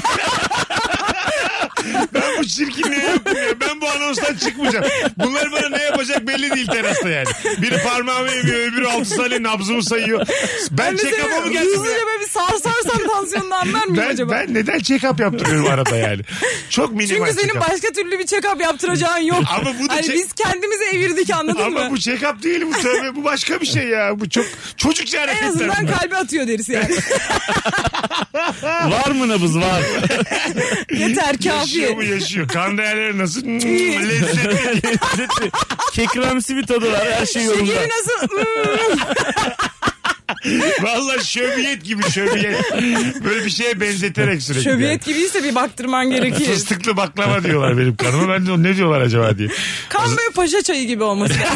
Ben bu çirkinliği yaptım ya. Ben bu anonstan çıkmayacağım. Bunlar bana ne yapacak belli değil terasta yani. Biri parmağımı emiyor, öbürü altı saniye nabzımı sayıyor. Ben Ben de check-up'a mı seni geldim hızlıca ya? böyle bir sarsarsam tansiyonunu anlar mıyım Ben, acaba? ben neden check-up yaptırıyorum arada yani? Çok minimal Çünkü senin check-up. başka türlü bir check-up yaptıracağın yok. Ama bu da hani check- biz kendimizi evirdik anladın Ama mı? bu check-up değil, bu tövbe, bu başka bir şey ya. Bu çok çocukça En hareketler. azından bunlar. kalbi atıyor derisi yani. Var mı nabız var? Yeter Yaşıyor mu kafi. yaşıyor. Kan değerleri nasıl? Hmm, lezzetli. Lezzetli. Kekremsi bir tadı var, her şey yolunda. Şekeri nasıl? Hmm. Valla şöbiyet gibi şöbiyet. Böyle bir şeye benzeterek sürekli. Şöbiyet gibiyse bir baktırman gerekir. Fıstıklı baklava diyorlar benim kanıma. Ben de ne diyorlar acaba diye. Kan böyle paşa çayı gibi olması lazım.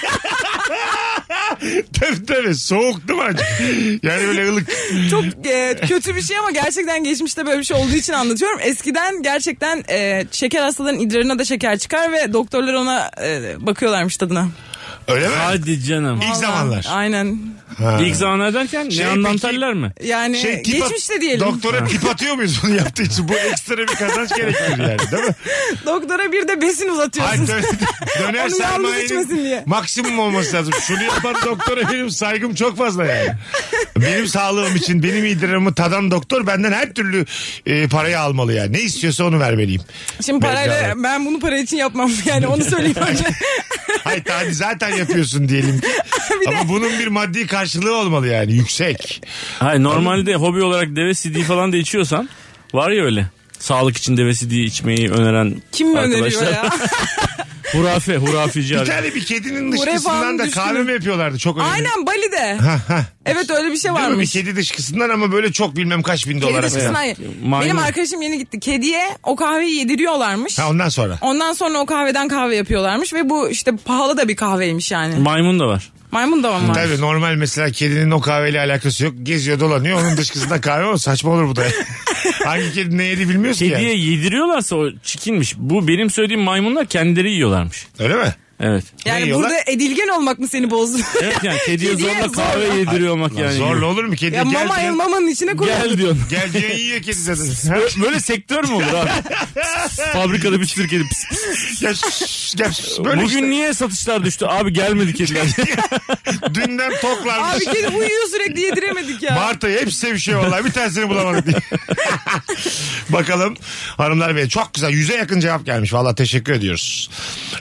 Tabii tabii. Soğuk değil mi acı? Yani böyle ılık. Çok e, kötü bir şey ama gerçekten geçmişte böyle bir şey olduğu için anlatıyorum. Eskiden gerçekten e, şeker hastaların idrarına da şeker çıkar ve doktorlar ona e, bakıyorlarmış tadına. Öyle mi? Hadi canım. İlk zamanlar. Aynen. Ha. İlk zamanlar derken Şey, Neandertaller mi? Yani Şey, tip at- geçmişte diyelim. Doktora tip atıyor muyuz bunu yaptığı için? Bu ekstra bir kazanç gerektirir yani, değil mi? Doktora bir de besin uzatıyorsun. Hayır, dön, döner Onu yalnız içmesin sermayenin diye. maksimum olması lazım. Şunu yapan doktora benim saygım çok fazla yani. Benim sağlığım için benim idrarımı tadan doktor benden her türlü e, parayı almalı yani. Ne istiyorsa onu vermeliyim. Şimdi parayla Bedava. ben bunu para için yapmam yani onu söyleyeyim önce. Hayır, hadi zaten yapıyorsun diyelim ki. Ama bunun bir maddi karşılığı olmalı yani, yüksek. Hayır, normalde hobi olarak deve sidiği falan da içiyorsan var ya öyle. Sağlık için deve sidiği içmeyi öneren Kim mi öneriyor arkadaşlar. ya? Hurafe, hurafici. Bir abi. tane bir kedinin Buraya dışkısından falan da düşkünüm. kahve mi yapıyorlardı? Çok önemli. Aynen Bali'de. Ha, ha. Evet öyle bir şey Değil mi? Bir varmış. kedi dışkısından ama böyle çok bilmem kaç bin Kedi dolara. dışkısına. falan. Maymun. Benim arkadaşım yeni gitti. Kediye o kahveyi yediriyorlarmış. Ha, ondan sonra. Ondan sonra o kahveden kahve yapıyorlarmış ve bu işte pahalı da bir kahveymiş yani. Maymun da var. Maymun da var. Tabii normal mesela kedinin o kahveyle alakası yok. Geziyor dolanıyor, onun dışkısında kahve var. Saçma olur bu da. Hangi kedi ne yedi bilmiyoruz ki Kediye yani. yediriyorlarsa o çikinmiş. Bu benim söylediğim maymunlar kendileri yiyorlarmış. Öyle mi? Evet. Ne Yani yiyorlar? burada edilgen olmak mı seni bozdu? Evet yani kediye Kediye zorla kahve zorla. yediriyor olmak yani. Zorla olur mu? Kedi ya gel mama diye- mamanın içine koyuyor. Gel diyorsun. Gel diye yiyor kedi zaten. Ha? Böyle sektör mü olur abi? Fabrikada bir sürü kedi. Pis, pis. Gel, şşş, gel, şşş. Böyle Bugün işte. niye satışlar düştü? Abi gelmedi kediler. Dünden toklarmış. Abi kedi uyuyor sürekli yediremedik ya. Marta'yı hepsi sevişiyor vallahi. Bir tanesini bulamadık diye. Bakalım hanımlar bey, çok güzel. Yüze yakın cevap gelmiş. Vallahi teşekkür ediyoruz.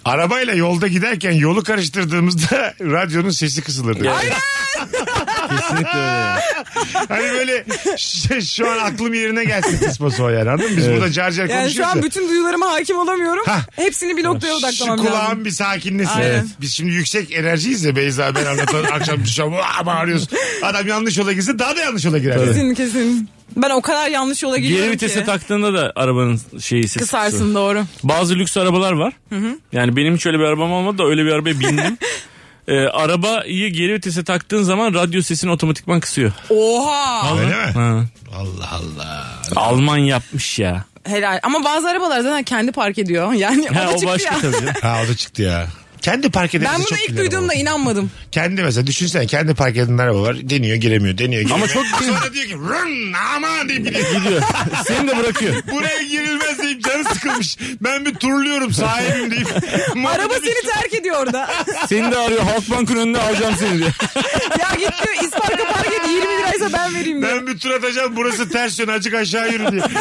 Arabayla yolda giderken yolu karıştırdığımızda radyonun sesi kısılırdı. Aynen. Kesinlikle öyle. Hani böyle şu, şu an aklım yerine gelsin kısması o yani, anladın mı? Biz Evet. burada car car Yani konuşuyoruz şu an ya. bütün duyularıma hakim olamıyorum. Hah. Hepsini bir noktaya Şu odaklamam lazım. kulağım bir sakinlesin. Aynen. Evet. Biz şimdi yüksek enerjiyiz ya, Beyza ben anlatan akşam şu an bağırıyoruz. Adam yanlış yola girse daha da yanlış yola girer. Kesin kesin. Ben o kadar yanlış yola gidiyorum Geri vitese ki. taktığında da arabanın şeyi sesi Kısarsın kısıyor. doğru. Bazı lüks arabalar var. Hı hı. Yani benim hiç öyle bir arabam olmadı da öyle bir arabaya bindim. Ee, arabayı geri vitese taktığın zaman radyo sesini otomatikman kısıyor. Oha. Öyle mi? Ha. Allah Allah. Alman yapmış ya. Helal. Ama bazı arabalar zaten kendi park ediyor. Yani o Ha, da o çıktı başka ya. tabii canım. Ha, o da çıktı ya. Kendi park eden Ben çok bunu ilk güzel duyduğumda araba. inanmadım. Kendi mesela düşünsene, kendi park eden araba var. Deniyor giremiyor, deniyor giremiyor. Ama çok Sonra diyor ki rın aman deyip gidiyor. gidiyor. Seni de bırakıyor. Buraya girilmez deyip canı sıkılmış. Ben bir turluyorum sahibim deyip. Araba seni terk ediyor orada. Seni de arıyor. Halkbank'ın önünde alacağım seni diye. Ya git diyor İspark'a park et yirmi liraysa ben vereyim diyor. Ben bir tur atacağım, burası ters yön, azıcık aşağı yürü diye.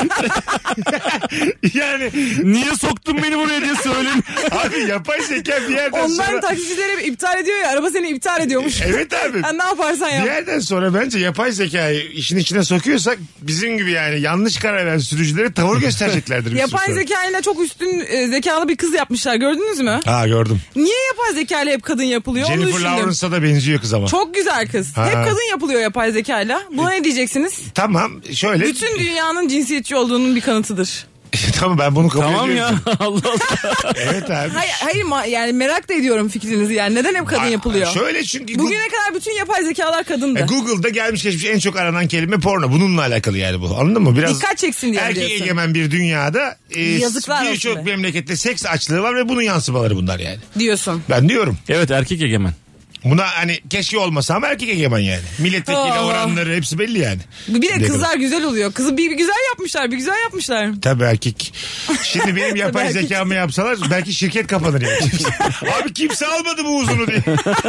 Yani Niye soktun beni buraya diye söyleyeyim. abi yapay zeka bir yerden Ondan sonra. taksicileri iptal ediyor ya, araba seni iptal ediyormuş. Evet abi. Yani ne yaparsan Bir yap. yerden sonra bence yapay zekayı işin içine sokuyorsak bizim gibi yani yanlış karar veren sürücülere tavır göstereceklerdir. bir Yapay süre sonra. zekayla çok üstün e, zekalı bir kız yapmışlar, gördünüz mü? Ha, gördüm. Niye yapay zekayla hep kadın yapılıyor onu Jennifer düşündüm. Lawrence'a da benziyor kız ama. Çok güzel kız. Ha. Hep kadın yapılıyor yapay zekayla. Buna ne diyeceksiniz? Tamam şöyle. Bütün dünyanın cinsiyetçi olduğunun bir kanıtıdır. Tamam, ben bunu kabul Tamam ediyorum. ya. Allah Allah. Evet abi. Hayır, hayır ma- yani merak da ediyorum fikrinizi, yani neden hep kadın Ay- yapılıyor? Şöyle çünkü Bugüne kadar bütün yapay zekalar kadındı. E, Google'da gelmiş geçmiş en çok aranan kelime porno. Bununla alakalı yani bu. Anladın mı? Biraz Dikkat çeksin diye erkek diyorsun. egemen bir dünyada e, Yazıklar olsun birçok be. memlekette seks açlığı var ve bunun yansımaları bunlar yani. Diyorsun. Ben diyorum. Evet, erkek egemen. Buna hani keşke olmasa ama erkek egemen yani. Milletvekili Allah. oranları hepsi belli yani. Bir de Ne kızlar güzel oluyor. Kızı bir, bir güzel yapmışlar, bir güzel yapmışlar. Tabii erkek. Şimdi benim yapay Tabii erkek. zekamı yapsalar belki şirket kapanır yani. Abi kimse almadı bu uzunu diye.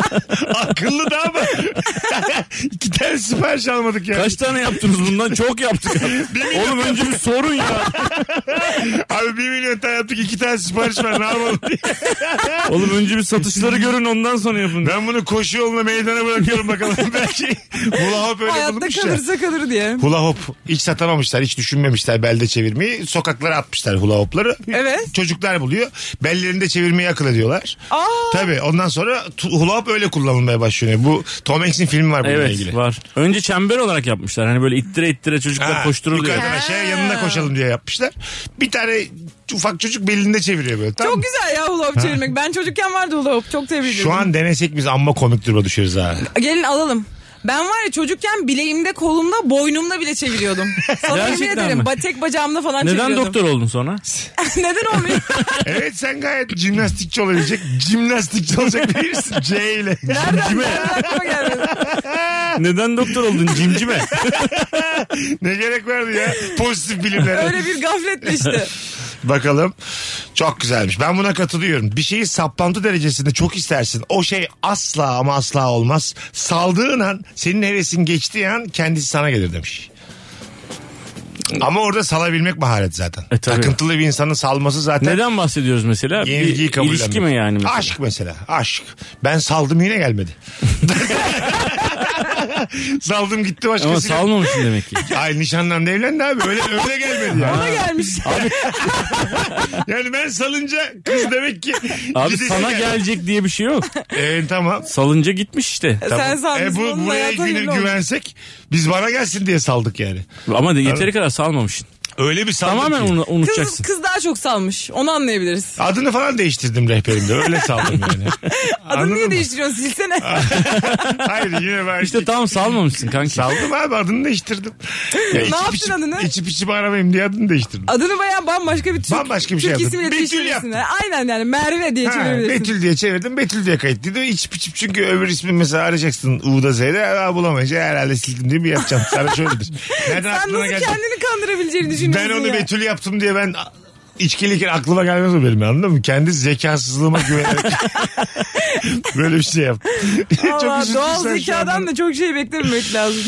Akıllı da ama. İki tane sipariş almadık yani. Kaç tane yaptınız bundan? Çok yaptık. Oğlum önce bir sorun ya. Abi bir milyon tane yaptık, iki tane sipariş var, ne yapalım diye. Oğlum önce bir satışları görün, ondan sonra yapın. Ben bunu koşu yoluna meydana bırakıyorum bakalım. Belki hula hop öyle Hayatta bulunmuş ya. kalırsa kalır diye. Hula hop hiç satamamışlar, hiç düşünmemişler belde çevirmeyi. Sokaklara atmışlar hula hopları. Evet. Çocuklar buluyor. Bellerinde çevirmeyi akıl ediyorlar. Aa. Tabii ondan sonra tu- hula hop öyle kullanılmaya başlıyor. Bu Tom Hanks'in filmi var bununla Evet, ilgili. var. Önce çember olarak yapmışlar. Hani böyle ittire ittire çocuklar Ha, koşturur diye. yukarıdan aşağıya yanına koşalım diye yapmışlar. Bir tane ufak çocuk belinde çeviriyor böyle. Tamam mı? Çok güzel ya hula hop çevirmek. Ben çocukken vardı hula hop. Çok tebrik ediyorum. Şu an denesek biz amma komik duruma düşeriz ha. Gelin alalım. Ben var ya çocukken bileğimde, kolumda, boynumda bile çeviriyordum. Sana yemin Gerçekten ederim. mi? Ba- tek bacağımda falan Neden çeviriyordum. doktor oldun sonra? Neden olmuyor? Evet, sen gayet jimnastikçi olabilecek, jimnastikçi olacak birisin C ile. Nereden, nereden aklıma gelmedi? Neden doktor oldun cimcime? Ne gerek vardı ya pozitif bilimlere. Öyle bir gafletle işte. Bakalım. Çok güzelmiş. Ben buna katılıyorum. Bir şeyi saplantı derecesinde çok istersin. O şey asla ama asla olmaz. Saldığın an, senin hevesin geçtiği an kendisi sana gelir demiş. Ama orada salabilmek maharet zaten. E, tabii. Takıntılı bir insanın salması zaten. Neden bahsediyoruz mesela? Yenilgiyi Bir kabullenmek. ilişki mi yani mesela? Aşk mesela. Aşk. Ben saldım yine gelmedi. Saldım gitti Ama başkasıyla. salmamışsın demek ki. Ay nişanlandı evlendi abi. Öyle öyle gelmedi ya. Ona gelmiş. Yani ben salınca kız demek ki. Abi gidesi sana geldi. gelecek diye bir şey yok. Evet tamam. Salınca gitmiş işte. Sen sandın. E bu, onun buraya hayatı güne hayırlı olsun. güvensek biz bana gelsin diye saldık yani. Ama de yeteri kadar salmamışsın. Öyle bir saldık Tamamen ki. onu Kız, unutacaksın. kız daha çok salmış. Onu anlayabiliriz. Adını falan değiştirdim rehberimde. Öyle saldım yani. Adını Anladın niye mı? değiştiriyorsun? Silsene. Hayır yine ben. İşte tam salmamışsın kanki. Saldım abi, adını değiştirdim. Ya Ne içip yaptın içip, adını? İçip içip aramayayım diye adını değiştirdim. Adını bayağı bambaşka bir Türk, Bambaşka bir şey Türk yaptın. ismiyle Betül değiştirebilirsin. yaptın. Aynen yani Merve diye Ha, çevirebilirsin. Betül diye çevirdim. Betül diye kayıtlıydı. İçip içip çünkü öbür ismi mesela arayacaksın Uğda Z'de. Ha, bulamayınca herhalde sildim diye bir yapacağım. Sana şöyledir. Nereden Sen aklına nasıl geldi? kendini kandırabileceğini düşünüyorsun Ben onu ya? Betül yaptım diye ben içkiliyken aklıma gelmez o benim, anladın mı? Kendi zekasızlığıma güvenerek böyle bir şey yaptım. Allah, üzüldüm doğal sen şu zekadan anda. da çok şey beklememek lazım.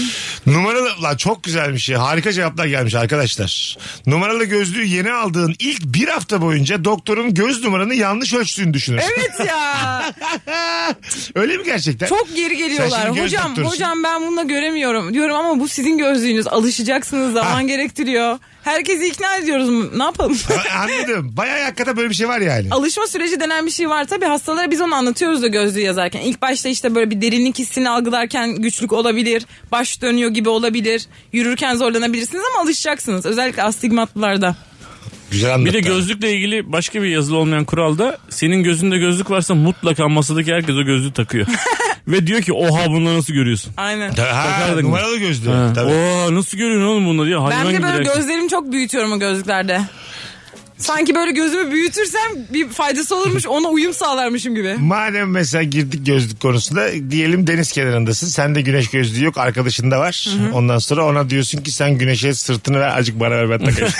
Numaralı la çok güzelmiş ya. Harika cevaplar gelmiş arkadaşlar. Numaralı gözlüğü yeni aldığın ilk bir hafta boyunca doktorun göz numaranı yanlış ölçtüğünü düşünürsün. Evet ya. Öyle mi gerçekten? Çok geri Sen geliyorlar. şimdi göz Hocam doktorusun. hocam ben bununla göremiyorum diyorum ama bu sizin gözlüğünüz. Alışacaksınız, zaman Ha. gerektiriyor. Herkesi ikna ediyoruz. Ne yapalım? Ha, anladım. Bayağı hakikaten böyle bir şey var yani. Alışma süreci denen bir şey var. Tabii hastalara biz onu anlatıyoruz da gözlüğü yazarken. İlk başta işte böyle bir derinlik hissini algılarken güçlük olabilir. Baş dönüyor gibi olabilir. Yürürken zorlanabilirsiniz ama alışacaksınız. Özellikle astigmatlılarda. Güzel anlattı. Bir de gözlükle ilgili başka bir yazılı olmayan kuralda senin gözünde gözlük varsa mutlaka masadaki herkes o gözlüğü takıyor. Ve diyor ki oha bunları nasıl görüyorsun? Aynen. Ha, Takardın mı? numaralı gözlüğü. Ha. Tabii. Oha nasıl görüyorsun oğlum bunları diyor. Hayvan Ben de gibi böyle reaksiyon. gözlerimi çok büyütüyorum o gözlüklerde. Sanki böyle gözümü büyütürsem bir faydası olurmuş, ona uyum sağlarmışım gibi. Madem mesela girdik gözlük konusunda, diyelim deniz kenarındasın. Sende güneş gözlüğü yok, arkadaşın da var. Hı hı. Ondan sonra ona diyorsun ki sen güneşe sırtını ver, azıcık bana ver, ben takayım.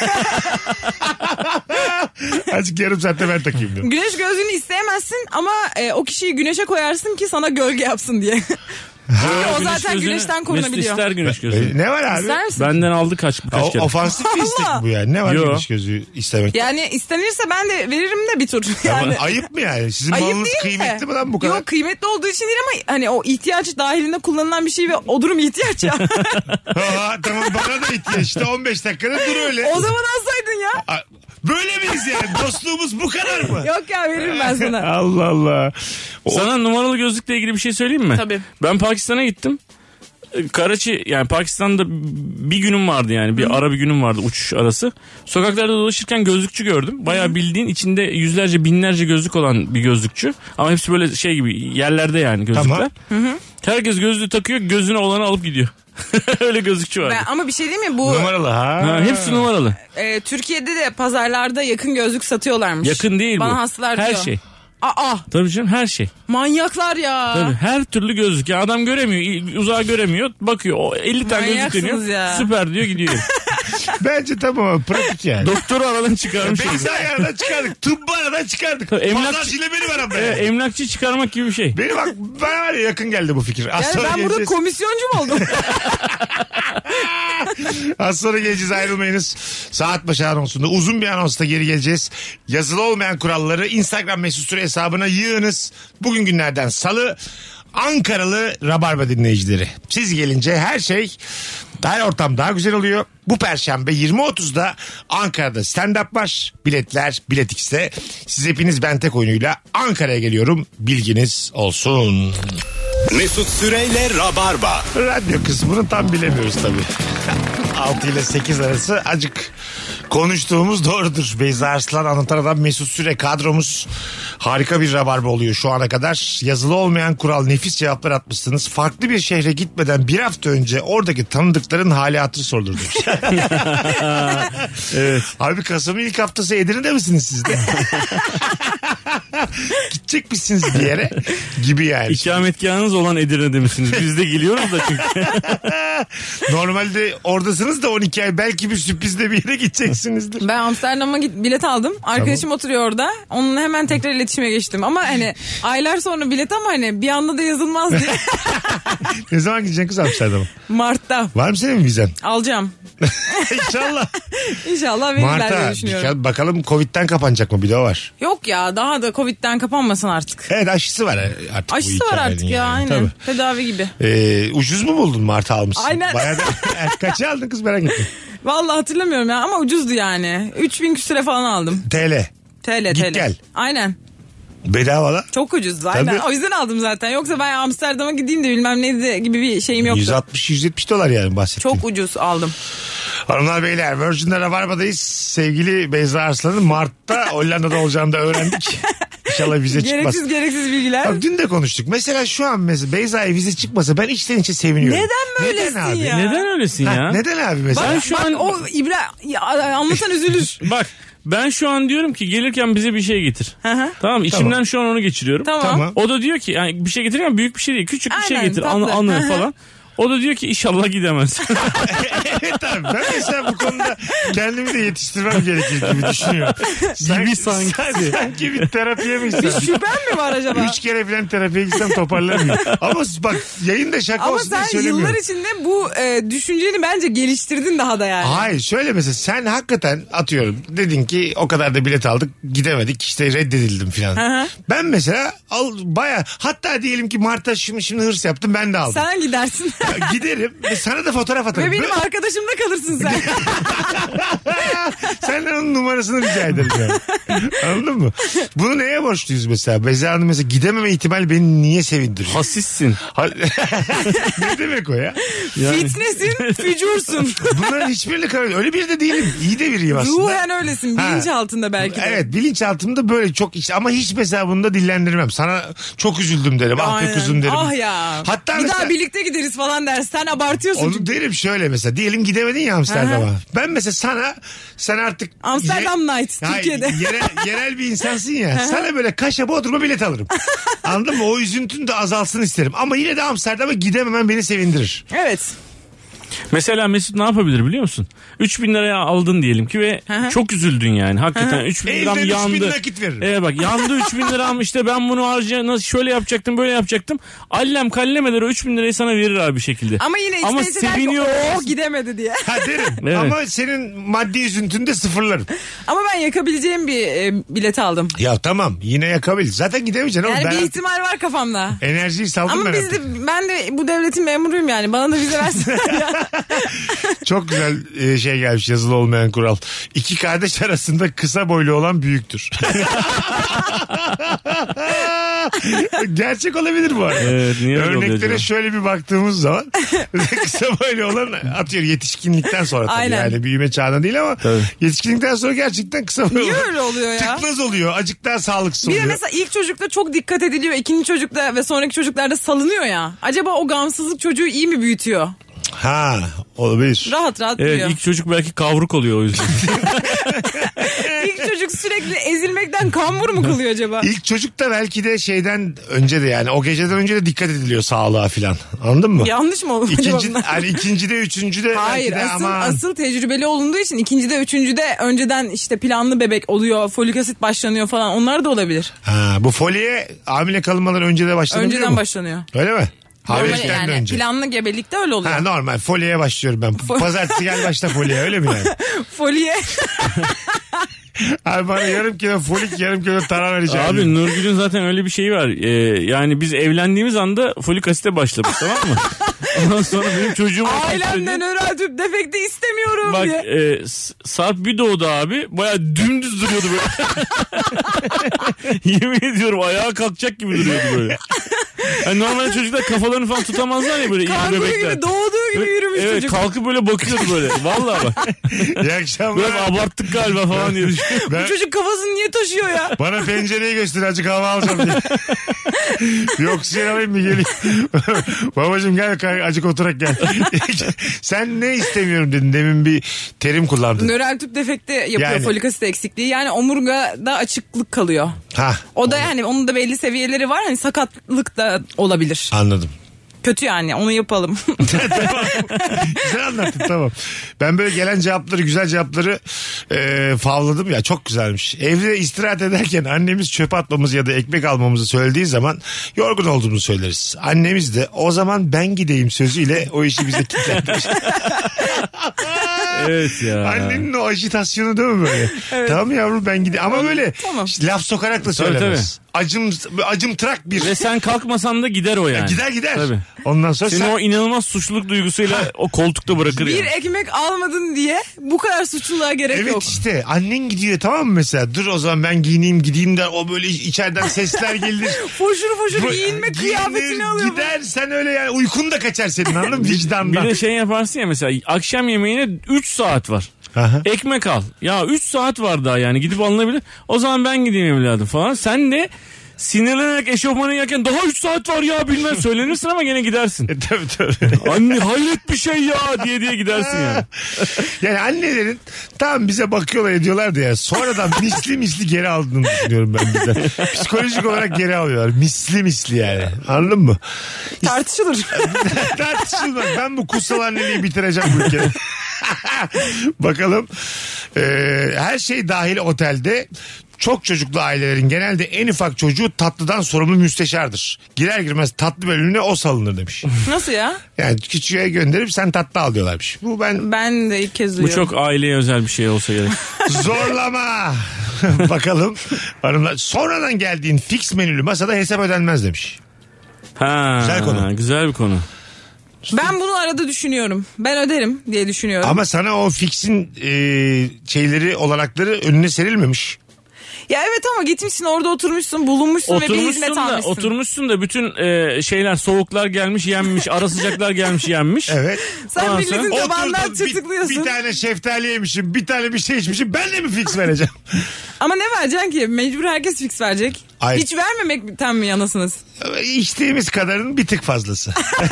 Azıcık yarım saatte ben takayım diyorum. Güneş gözlüğünü isteyemezsin ama e, o kişiyi güneşe koyarsın ki sana gölge yapsın diye. Çünkü o Güneş zaten gözünü güneşten Mesut korunabiliyor. ister güneş gözü. E, ne var abi? İster misin? Benden aldı kaç birkaç O, kere. ofansif bir istek bu yani. Ne var Yo. güneş gözlüğü istemek? Yani istenirse ben de veririm de bir tur. Yani. Ayıp mı yani? Sizin Ayıp malınız değil kıymetli mi? mi lan bu kadar? Yok, kıymetli olduğu için değil ama hani o ihtiyaç dahilinde kullanılan bir şey ve o durum ihtiyaç ya. Ha, tamam bana da ihtiyaç işte on beş dakikada dur öyle. O zaman alsaydın ya. A- Böyle miyiz yani? Dostluğumuz bu kadar mı? Yok ya, veririm ben sana. Allah Allah. O- Sana numaralı gözlükle ilgili bir şey söyleyeyim mi? Tabii. Ben Pakistan'a gittim. Karachi, yani Pakistan'da bir günüm vardı yani. Bir ara bir günüm vardı, uçuş arası. Sokaklarda dolaşırken gözlükçü gördüm. Bayağı bildiğin içinde yüzlerce binlerce gözlük olan bir gözlükçü. Ama hepsi böyle şey gibi yerlerde yani gözlükler. Tamam. Herkes gözlüğü takıyor, gözüne olanı alıp gidiyor. Öyle gözlükçü vardı. Ben, ama bir şey diyeyim mi? Bu Numaralı ha. Ha, hepsi numaralı. e, Türkiye'de de pazarlarda yakın gözlük satıyorlarmış. Yakın değil Bana bu. hastalar Her diyor. şey. Aa, Tabii canım, her şey. manyaklar ya. Tabii, her türlü gözlük. Ya adam göremiyor, uzağa göremiyor. Bakıyor, o elli tane gözlük Manyaksınız deniyor. ya. Süper diyor, gidiyor. Bence tamam, pratik yani. Doktoru aradan çıkarmış. Beyza aradan çıkardık. Tıbbı aradan çıkardık. Emlakçı- Pazarcıyla benim aramda. E, yani. emlakçı çıkarmak gibi bir şey. Beni bak, bana var ya yakın geldi bu fikir. Az Yani sonra ben burada geleceğiz. komisyoncu mu oldum? Az sonra geleceğiz, ayrılmayınız. Saat başı anonsunda uzun bir anonsta geri geleceğiz. Yazılı olmayan kuralları Instagram mesut süre hesabına yığınız. Bugün günlerden salı. Ankaralı Rabarba dinleyicileri. Siz gelince her şey, her ortam daha güzel oluyor. Bu perşembe yirmi otuzda Ankara'da stand-up var. Biletler Bilet X'te. Siz hepiniz ben tek oyunuyla Ankara'ya geliyorum. Bilginiz olsun. Mesut Süreyle Rabarba. Radyo kısmını tam bilemiyoruz tabii. altı ile sekiz arası acık konuştuğumuz doğrudur. Beyza Arslan, Anlatan Adam, Mesut Süre kadromuz. Harika bir Rabarba oluyor şu ana kadar. Yazılı olmayan kural, nefis cevaplar atmışsınız. Farklı bir şehre gitmeden bir hafta önce oradaki tanıdıkların hali hatırı sorulur demiş. Evet. Abi Kasım'ın ilk haftası Edirne'de misiniz siz de? Gidecek misiniz bir yere gibi yani. İkametgahınız olan Edirne'de misiniz? Biz de geliyoruz da çünkü. Normalde oradasınız da on iki ay, belki bir sürprizle bir yere gideceksinizdir. Ben Amsterdam'a git, bilet aldım. Arkadaşım oturuyor orada. Onunla hemen tekrar iletişime geçtim. Ama hani aylar sonra bilet ama hani bir anda da yazılmaz diye. Ne zaman gideceksin kız Amsterdam'a? Mart'ta Var mı senin vizen? alacağım. İnşallah. İnşallah verirler diye Mart'a. düşünüyorum. Bakalım Covid'den kapanacak mı, bir de o var. Yok ya, daha da Covid'den kapanmasın artık. Evet, aşısı var artık. bu Aşısı var hikayenin artık ya, yani. aynen. Tabii. Tedavi gibi. Ee, ucuz mu buldun Mart'ı almışsın? Aynen. Bayağı da, kaça aldın kız, merak ettim. Vallahi hatırlamıyorum ya ama ucuzdu yani. üç bin küsüre falan aldım. T L. T L Git T L. gel. Aynen. Bedava la. Çok ucuzdu aynen. Tabii. O yüzden aldım zaten. Yoksa ben Amsterdam'a gideyim de bilmem neydi gibi bir şeyim yoktu. yüz altmış yüz yetmiş dolar yani bahsettiğim. Çok ucuz aldım. Hanımlar beyler, Virgin'de Rabarba'dayız. Sevgili Beyza Arslan'ın Mart'ta Hollanda'da olacağını da öğrendik. İnşallah vize çıkmaz. Gereksiz gereksiz bilgiler. Bak, dün de konuştuk. Mesela şu an mesela Beyza'ya vize çıkmasa ben içten içe seviniyorum. Neden böylesin abi? ya? Neden öylesin Ha, ya? neden abi mesela? Ben şu Bak an... o İbra ya, anlatan üzülür. Bak, ben şu an diyorum ki gelirken bize bir şey getir. Hı hı. Tamam mı? İçimden şu an onu geçiriyorum. Tamam. Tamam. O da diyor ki yani bir şey getireyim, büyük bir şey değil, küçük bir şey Aynen, getir. tatlı. Anı, Hı anı hı. falan. O da diyor ki inşallah gidemez. Evet abi, ben mesela bu konuda kendimi de yetiştirmem gerekir gibi düşünüyorum. Sanki, sanki. sanki bir terapiye mi Bir gitsem? şüphen mi var acaba? Üç kere falan terapiye gitsem toparlanmıyor. Ama bak, yayında şaka Ama olsun diye sen söylemiyorum. yıllar içinde bu e, düşünceni bence geliştirdin daha da yani. Hayır, şöyle mesela sen hakikaten atıyorum dedin ki o kadar da bilet aldık gidemedik işte reddedildim falan. Hı hı. Ben mesela al baya, hatta diyelim ki Mart'a şimdi, şimdi hırs yaptım, ben de aldım. Sen gidersin. Ya giderim ve sana da fotoğraf atarım. Ve benim Böyle- arkadaşımda kalırsın sen. Senden onun numarasını rica ederim yani. Anladın mı? Bunu neye borçluyuz mesela? Beyza Hanım mesela gidememe ihtimali beni niye sevindiriyor? Hasissin. Ha- ne demek o ya? Fitnesin, fücursun. Bunların hiçbirini karar. Öyle bir de değilim. İyi de biriyim aslında. Ruhen öylesin. Ha. Bilinç altında belki de. Evet, bilinçaltımda böyle çok işte, ama hiç mesela bunu da dillendirmem. Sana çok üzüldüm derim. Ah be Aynen. kuzum derim. Ah ya. Hatta bir mesela, daha birlikte gideriz falan dersin. Sen abartıyorsun. onu çünkü. derim şöyle mesela. Diyelim gidemedin ya Amsterdam'a. Aha. Ben mesela sana, sen artık Amsterdam ye- Night Hayır, Türkiye'de. Yerel, yerel bir insansın ya. Sana böyle Kaş'a, Bodrum'a bilet alırım. Anladın mı? O üzüntün de azalsın isterim. Ama yine de Amsterdam'a gidememen beni sevindirir. Evet. Mesela Mesut ne yapabilir biliyor musun? üç bin liraya aldın diyelim ki ve Hı hı. çok üzüldün yani. Hakikaten üç bin liram Evden üç bin yandı. nakit veririm. Evet bak, yandı üç bin liram, işte ben bunu harca nasıl şöyle yapacaktım böyle yapacaktım. Allem kallemeler o üç bin lirayı sana verir abi bir şekilde. Ama yine Ama içten içe der ki seviniyor. oh gidemedi diye. Ha derim. Evet. Ama senin maddi üzüntünü de sıfırlarım. Ama ben yakabileceğim bir e, bilet aldım. Ya tamam, yine yakabilir. Zaten gidemeyeceksin oğlum. Yani Ben bir ihtimal var kafamda. enerjiyi saldım Ama ben biz artık. de, ben de bu devletin memuruyum yani. Bana da vize versinler ya. Çok güzel e, şey gelmiş, yazılı olmayan kural. İki kardeş arasında kısa boylu olan büyüktür. Gerçek olabilir bu arada. Evet, niye öyle oluyor Örneklere acaba? şöyle bir baktığımız zaman kısa boylu olan atıyor yetişkinlikten sonra tabii. Aynen. Yani büyüme çağına değil ama Tabii. yetişkinlikten sonra gerçekten kısa boylu Niye olan. öyle oluyor ya? Tıknaz oluyor. Azıcık daha sağlıksız Bir de oluyor. mesela ilk çocukta çok dikkat ediliyor. İkinci çocukta ve sonraki çocuklarda salınıyor ya. Acaba o gamsızlık çocuğu iyi mi büyütüyor? Ha, olabilir. Rahat rahat Evet, büyüyor. ilk çocuk belki kavruk oluyor o yüzden. İlk çocuk sürekli ezilmekten kambur mu kılıyor acaba? İlk çocuk da belki de şeyden önce de, yani o geceden önce de dikkat ediliyor sağlığa filan. Anladın mı? Yanlış mı oldu acaba İkinci, bunlar? yani ikincide, üçüncüde Hayır, belki de asıl, aman. asıl tecrübeli olunduğu için ikincide, üçüncüde önceden işte planlı bebek oluyor, folik asit başlanıyor falan, onlar da olabilir. Ha, bu foliye hamile kalınmadan önce de başlanabiliyor Önceden mu? başlanıyor. Öyle mi? Normal Hamilelikten yani önce. planlı gebelikte öyle oluyor. Ha, normal foliye başlıyorum ben. Pazartesi gel başla foliye, öyle mi yani? Foliye. Abi bana yarım kilo folik, yarım kilo tarhana rica ediyorum. Abi Nurgül'ün zaten öyle bir şeyi var. Ee, yani biz evlendiğimiz anda folik asite başlamış, tamam mı? Ondan sonra benim çocuğum... Ailemden nöral tüp defekti istemiyorum Bak diye. e, s- saat bir doğdu abi. Baya dümdüz duruyordu böyle. Yemin ediyorum ayağa kalkacak gibi duruyordu böyle. Yani normal çocuklar kafalarını falan tutamazlar ya böyle iyi Kanguru bebekler. gibi doğduğu gibi yürümüş Evet, çocuk. kalkıp böyle bakıyordu böyle. Vallahi bak. İyi akşamlar. Böyle abarttık galiba falan diye düşünüyorum. Ben- Bu çocuk kafasını niye taşıyor ya? Bana pencereyi göster, azıcık hava alacağım diye. Bir oksijen alayım mı geleyim. Babacığım gel kay- azıcık oturak gel. Sen ne istemiyorum dedin, demin bir terim kullandın. Nöral tüp defekti yapıyor, Yani. folik asit eksikliği. Yani omurgada açıklık kalıyor. Ha, O da yani onun da belli seviyeleri var. Hani sakatlık da olabilir. anladım. Kötü yani, onu yapalım. Tamam. Güzel anlattın, tamam. Ben böyle gelen cevapları, güzel cevapları e, favladım ya, çok güzelmiş. Evde istirahat ederken annemiz çöp atmamızı ya da ekmek almamızı söylediği zaman yorgun olduğumuzu söyleriz. Annemiz de o zaman ben gideyim sözüyle o işi bize kilitlendirir. Evet ya. Annenin o ajitasyonu değil mi böyle? Tamam yavrum ben gideyim. Ama böyle Tamam. işte laf sokarak da söylemez. Acım, acım trak bir. Ve sen kalkmasan da gider o yani. Gider gider. Tabii. Ondan sonra Seni sen... o inanılmaz suçluluk duygusuyla o koltukta bırakır Bir yani. ekmek almadın diye bu kadar suçluluğa gerek Evet yok. işte annen gidiyor tamam mı mesela, dur o zaman ben giyineyim gideyim de o böyle içeriden sesler gelir. Foşur foşur Bu- giyinme giyinir, kıyafetini alıyor. Gider sen öyle yani, uykun da kaçar senin, anladın mı, vicdandan. Bir de şey yaparsın ya, mesela akşam yemeğine üç saat var. Aha. Ekmek al. Ya üç saat var daha yani, gidip alınabilir. O zaman ben gideyim evladım falan. Sen de sinirlenerek eşofmanı yerken daha üç saat var ya bilmem söylenirsin ama gene gidersin. E, tabii tabii. Anne hayret bir şey ya diye diye gidersin yani. Yani annelerin tam bize bakıyorlar ediyorlar ya sonradan misli misli geri aldığını düşünüyorum ben bize. Psikolojik olarak geri alıyorlar. Misli misli yani. Anladın mı? Tartışılır. Tartışılmaz. Ben bu kutsal anneliği bitireceğim bu ülkede. Bakalım. Ee, her şey dahil otelde çok çocuklu ailelerin genelde en ufak çocuğu tatlıdan sorumlu müsteşardır. Girer girmez tatlı bölümüne o salınır demiş. Nasıl ya? Yani küçüğe gönderip sen tatlı al diyorlarmış. Bu ben... Ben de ilk kez Bu duyuyorum. çok aileye özel bir şey olsa gerek. Zorlama. Bakalım. Hanımlar, sonradan geldiğin fix menülü masada hesap ödenmez demiş. Ha, Güzel konu. Güzel bir konu. Ben bunu arada düşünüyorum. Ben öderim diye düşünüyorum. Ama sana o fixin e, şeyleri olanakları önüne serilmemiş. Ya evet ama gitmişsin orada oturmuşsun bulunmuşsun ve bir Oturmuşsun hizmet da, almışsın. oturmuşsun da bütün e, şeyler soğuklar gelmiş yenmiş, ara sıcaklar gelmiş yenmiş. Evet. Sen Ondan milletin sonra- tabağından Oturdum, bir, tırtıklıyorsun. bir tane şeftali yemişim, bir tane bir şey içmişim. Ben de mi fix vereceğim? Ama ne vereceksin ki? Mecbur herkes fix verecek. Hayır. Hiç vermemekten mi yanasınız? İçtiğimiz kadarın bir tık fazlası.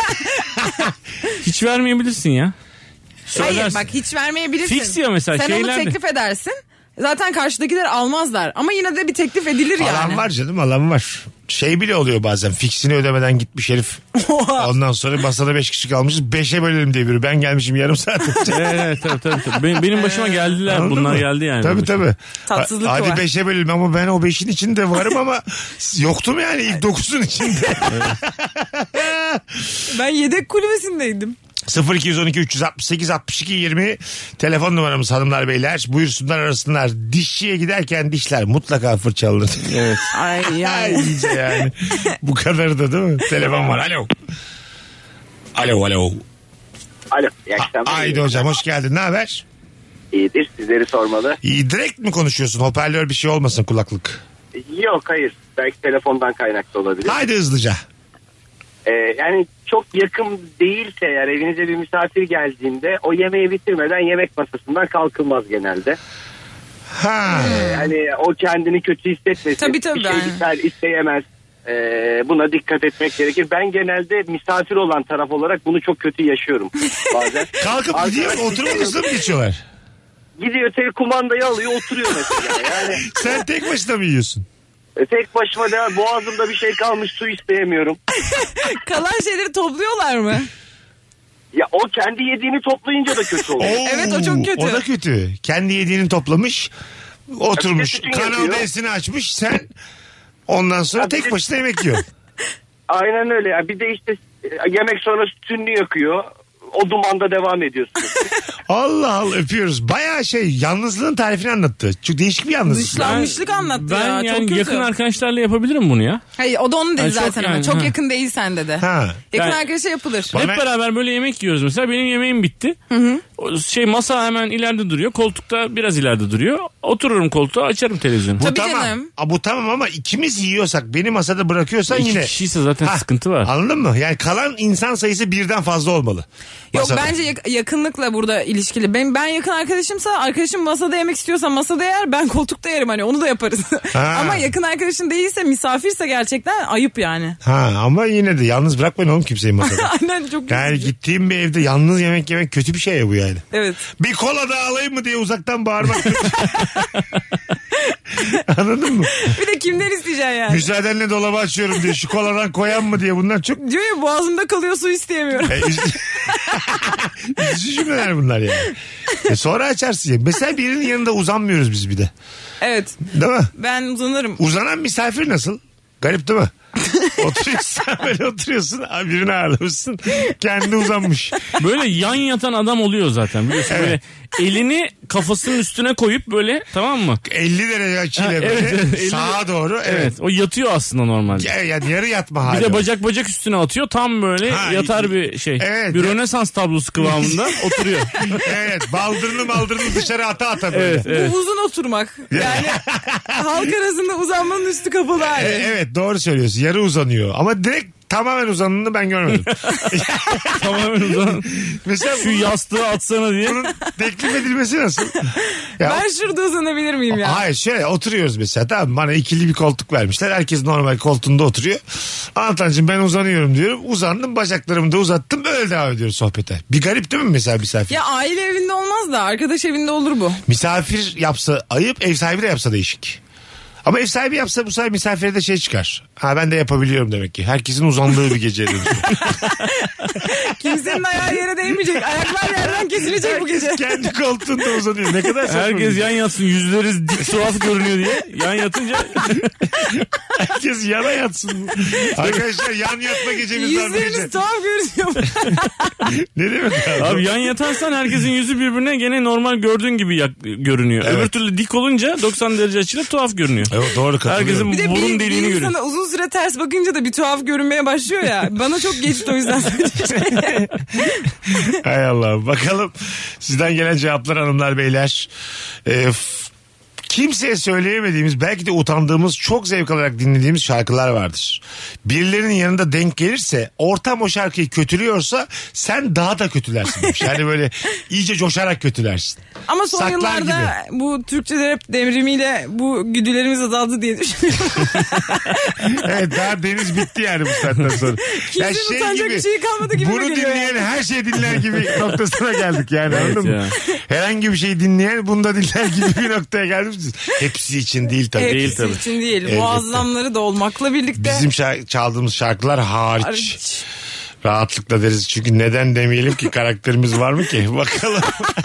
Hiç vermeyebilirsin ya. Hayır Söylersin. bak hiç vermeyebilirsin. Fix diyor mesela, Sen şeyler de- onu teklif edersin. Zaten karşıdakiler almazlar. Ama yine de bir teklif edilir yani. Alan var canım, alan var. Şey bile oluyor bazen, fixini ödemeden gitmiş herif. Ondan sonra masada beş kişi kalmışız, beşe bölelim diye biri. Ben gelmişim yarım saat önce. Evet, evet tabii, tabii, tabii. Benim, benim başıma geldiler. Anladın Bunlar mı? geldi yani. Tabii tabii. Tatsızlık Ha- Hadi var. beşe bölelim ama ben o beşin içinde varım ama yoktum yani ilk dokuzun içinde. Ben yedek kulübesindeydim. sıfır iki on iki üç altı sekiz altmış iki yirmi telefon numaramız hanımlar beyler. Buyursunlar arasınlar. Dişçiye giderken dişler mutlaka fırçalanır. Evet. Ay Ay yani. iyice yani. Bu kadar da değil mi? Telefon var. Alo. Alo alo. Alo, iyi akşamlar. Haydi hocam hoş geldin. Ne haber? İyidir, sizleri sormalı. İyi, direkt mi konuşuyorsun? Hoparlör bir şey olmasın, kulaklık. Yok, hayır. Belki telefondan kaynaklı olabilir. Haydi hızlıca. Ee, yani çok yakın değilse eğer evinize bir misafir geldiğinde o yemeği bitirmeden yemek masasından kalkılmaz genelde. Ha. Ee, hani o kendini kötü hissetmesin. Tabii, tabii. Bir şey ister isteyemez. Ee, buna dikkat etmek gerekir. Ben genelde misafir olan taraf olarak bunu çok kötü yaşıyorum bazen. Kalkıp gidiyor, oturma odasına mı geçiyorlar? Gidiyor tek kumandayı alıyor oturuyor mesela. Yani Sen tek başına mı yiyorsun? e, tek başıma da boğazımda bir şey kalmış, su isteyemiyorum. Kalan şeyleri topluyorlar mı? Ya o kendi yediğini toplayınca da kötü oluyor. Oo, Evet, o çok kötü. O da kötü. Kendi yediğini toplamış, oturmuş, bütün kanal yapıyor. D'sini açmış, sen ondan sonra Ya bir tek de- başına yemek yiyorsun. Aynen öyle ya. Bir de işte e, yemek sonra sütünü yakıyor. O dumanda devam ediyorsunuz. Allah Allah, öpüyoruz. Bayağı şey, yalnızlığın tarifini anlattı. Çok değişik bir yalnızlık. Dışlanmışlık anlattı Ben ya. yani Çok kötü. yakın arkadaşlarla yapabilirim bunu ya. Hayır o da onu dedi Ay, çok zaten ama. yani, Çok ha. yakın değilsen dedi. Ha. Yakın Ben- arkadaşa yapılır. Bana- Hep beraber böyle yemek yiyoruz mesela. Benim yemeğim bitti. O şey masa hemen ileride duruyor. Koltukta biraz ileride duruyor. Otururum koltuğa, açarım televizyonu. Bu Tabii tamam. canım. Aa, bu tamam ama ikimiz yiyorsak, beni masada bırakıyorsan İki yine. kişiyse zaten Ha, sıkıntı var. Anladın mı? Yani kalan insan sayısı birden fazla olmalı. Yok Masada. bence yak- yakınlıkla burada ilişkili. Ben, ben yakın arkadaşımsa arkadaşım masada yemek istiyorsa masada yer, ben koltukta yerim, hani onu da yaparız. Ha. Ama yakın arkadaşın değilse, misafirse gerçekten ayıp yani. Ha, ama yine de yalnız bırakmayın oğlum kimseyi masada. Aynen, çok Yani üzücü. gittiğim bir evde yalnız yemek yemek kötü bir şey ya bu yani. Evet. Bir kola da alayım mı diye uzaktan bağırmak. Anladın mı? Bir de kimden isteyeceksin yani? Müsaadenle dolabı açıyorum diye, şu koladan koyan mı diye, bunlar çok Diyor ya boğazımda kalıyor, su isteyemiyorum. e, üz- üzücü cümleler bunlar yani. E, sonra açarsın ya. Mesela birinin yanında uzanmıyoruz biz bir de. Evet. Değil mi? Ben uzanırım. Uzanan misafir nasıl? Garip değil mi? Oturuyorsun, sen böyle oturuyorsun. Abi birini ağırlamışsın. Kendi uzanmış. Böyle yan yatan adam oluyor zaten. Biliyorsun Evet. böyle elini kafasının üstüne koyup böyle, tamam mı? elli derece açıyla Ha, böyle evet, evet, elli- sağa doğru. Evet. Evet. O yatıyor aslında normalde. Ya- Yani yarı yatma Bir hali. de bacak bacak üstüne atıyor. Tam böyle Ha, yatar y- bir şey. Evet. Bir Rönesans tablosu kıvamında oturuyor. Evet, baldırını maldırını dışarı ata ata böyle. Evet, evet. Bu uzun oturmak. Yani halk arasında uzanmanın üstü kapalı hali. E, evet, doğru söylüyorsun. Yarı uzanıyor. Ama direkt tamamen uzanını ben görmedim. Tamamen uzan. Mesela Şu yastığı atsana diye. bunun teklif edilmesi nasıl? Ya, Ben şurada uzanabilir miyim ya? hayır şöyle oturuyoruz mesela, tamam mı? Bana ikili bir koltuk vermişler. Herkes normal koltuğunda oturuyor. Anlatancığım ben uzanıyorum diyorum. Uzandım, bacaklarımı da uzattım. Öyle devam ediyoruz sohbete. Bir garip değil mi mesela misafir? Ya aile evinde olmaz da arkadaş evinde olur bu. Misafir yapsa ayıp, ev sahibi de yapsa değişik. Ama ev sahibi yapsa bu sefer misafire de şey çıkar. Ha ben de yapabiliyorum demek ki. Herkesin uzandığı bir gece. Kimsenin ayağı yere değmeyecek. Ayaklar yerden kesilecek bu gece. Kendi koltuğunda uzanıyor. Ne kadar saçma. Herkes yan yatsın, yüzleri dik tuhaf görünüyor diye. Yan yatınca Herkes yana yatsın. Arkadaşlar yan yatma gecemiz var bu gece. Yüzleriniz tuhaf görünüyor. Ne demek abi? abi yan yatarsan herkesin yüzü birbirine gene normal gördüğün gibi yak- görünüyor. Evet. Öbür türlü dik olunca doksan derece açıyla tuhaf görünüyor. Evet, doğru katılıyorum. Herkesin Bir de burun bir, bir deliğini görüyor. insana uzun süre ters bakınca da bir tuhaf görünmeye başlıyor ya. Bana çok geçti o yüzden. Hay Allah. Bakalım sizden gelen cevaplar hanımlar beyler. Ee, f- kimseye söyleyemediğimiz, belki de utandığımız, çok zevk alarak dinlediğimiz şarkılar vardır. Birilerinin yanında denk gelirse, ortam o şarkıyı kötülüyorsa sen daha da kötülersin demiş. Yani böyle iyice coşarak kötülersin. Ama son Saklar yıllarda gibi. bu Türkçe rap devrimiyle bu güdülerimiz azaldı diye düşünüyorum. Evet, daha deniz bitti yani bu saatten sonra. Kimsenin utanacak bir şey kalmadı gibi Bunu geliyor dinleyen yani. her şey dinler gibi noktasına geldik yani, anladın mı? ya. Herhangi bir şey dinleyen bunu da dinler gibi bir noktaya geldik. Hepsi için değil tabii. Hepsi Değil tabii. için değil. Elbette. Muazzamları da olmakla birlikte. Bizim şa- çaldığımız şarkılar hariç. Hariç. Rahatlıkla deriz. Çünkü neden demeyelim ki, karakterimiz var mı ki? Bakalım.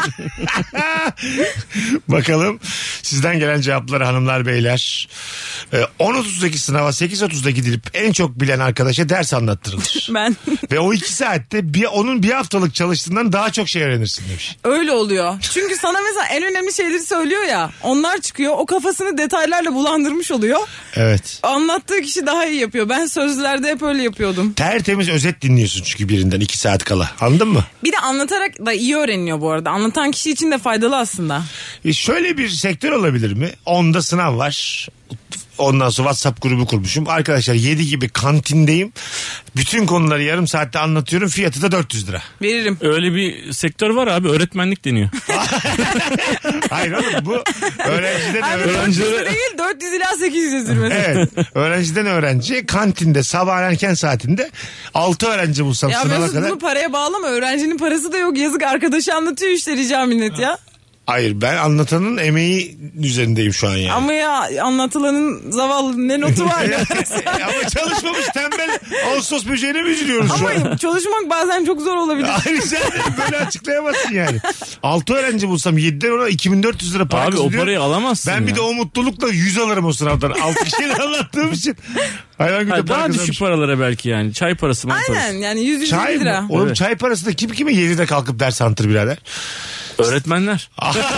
Bakalım sizden gelen cevapları hanımlar beyler. Ee, on otuzdaki sınava sekiz otuzda gidilip en çok bilen arkadaşa ders anlattırılır. Ben Ve o iki saatte bir, onun bir haftalık çalıştığından daha çok şey öğrenirsin demiş. öyle oluyor. Çünkü sana mesela en önemli şeyleri söylüyor ya. Onlar çıkıyor. O kafasını detaylarla bulandırmış oluyor. Evet. Anlattığı kişi daha iyi yapıyor. Ben sözlülerde hep öyle yapıyordum. Tertemiz özet dinliyorsun çünkü birinden iki saat kala. Anladın mı? Bir de anlatarak da iyi öğreniyor bu arada. Anlatan kişi için de faydalı aslında. E şöyle bir sektör olabilir mi? Onda sınav var. Ondan sonra WhatsApp grubu kurmuşum. Arkadaşlar yedi gibi kantindeyim. Bütün konuları yarım saatte anlatıyorum. Fiyatı da dört yüz lira. Veririm. Öyle bir sektör var abi, öğretmenlik deniyor. Hayır oğlum, bu öğrenciden Abi öğrenci. dört yüz değil dört yüz ila sekiz yüz mesela. Evet. Öğrenciden öğrenci kantinde sabah erken saatinde altı öğrenci bulsam Ya sınava Mesut kadar. bunu paraya bağlama. Öğrencinin parası da yok. Yazık, arkadaşı anlatıyor işte, rica minnet ya. Hayır, ben anlatanın emeği üzerindeyim şu an yani. Ama ya anlatılanın zavallı ne notu var ya. Ama çalışmamış tembel Ağustos böceğine mi üzülüyoruz şu an? Ama çalışmak bazen çok zor olabilir. Hayır, sen de böyle açıklayamazsın yani. altı öğrenci bulsam yediden ona iki bin dört yüz lira para Abi o kazanıyorum. parayı alamazsın Ben ya. bir de o mutlulukla yüz alırım o sınavdan. altı kişiyle anlattığım için. Hayvan gibi Ha, para daha kazanmış. düşük paralara belki yani. Çay parası, mal Aynen parası. yani yüz yüz Çay elli lira. mı? Oğlum Evet. çay parası da kim kime yedide kalkıp ders anlatır birader? Öğretmenler.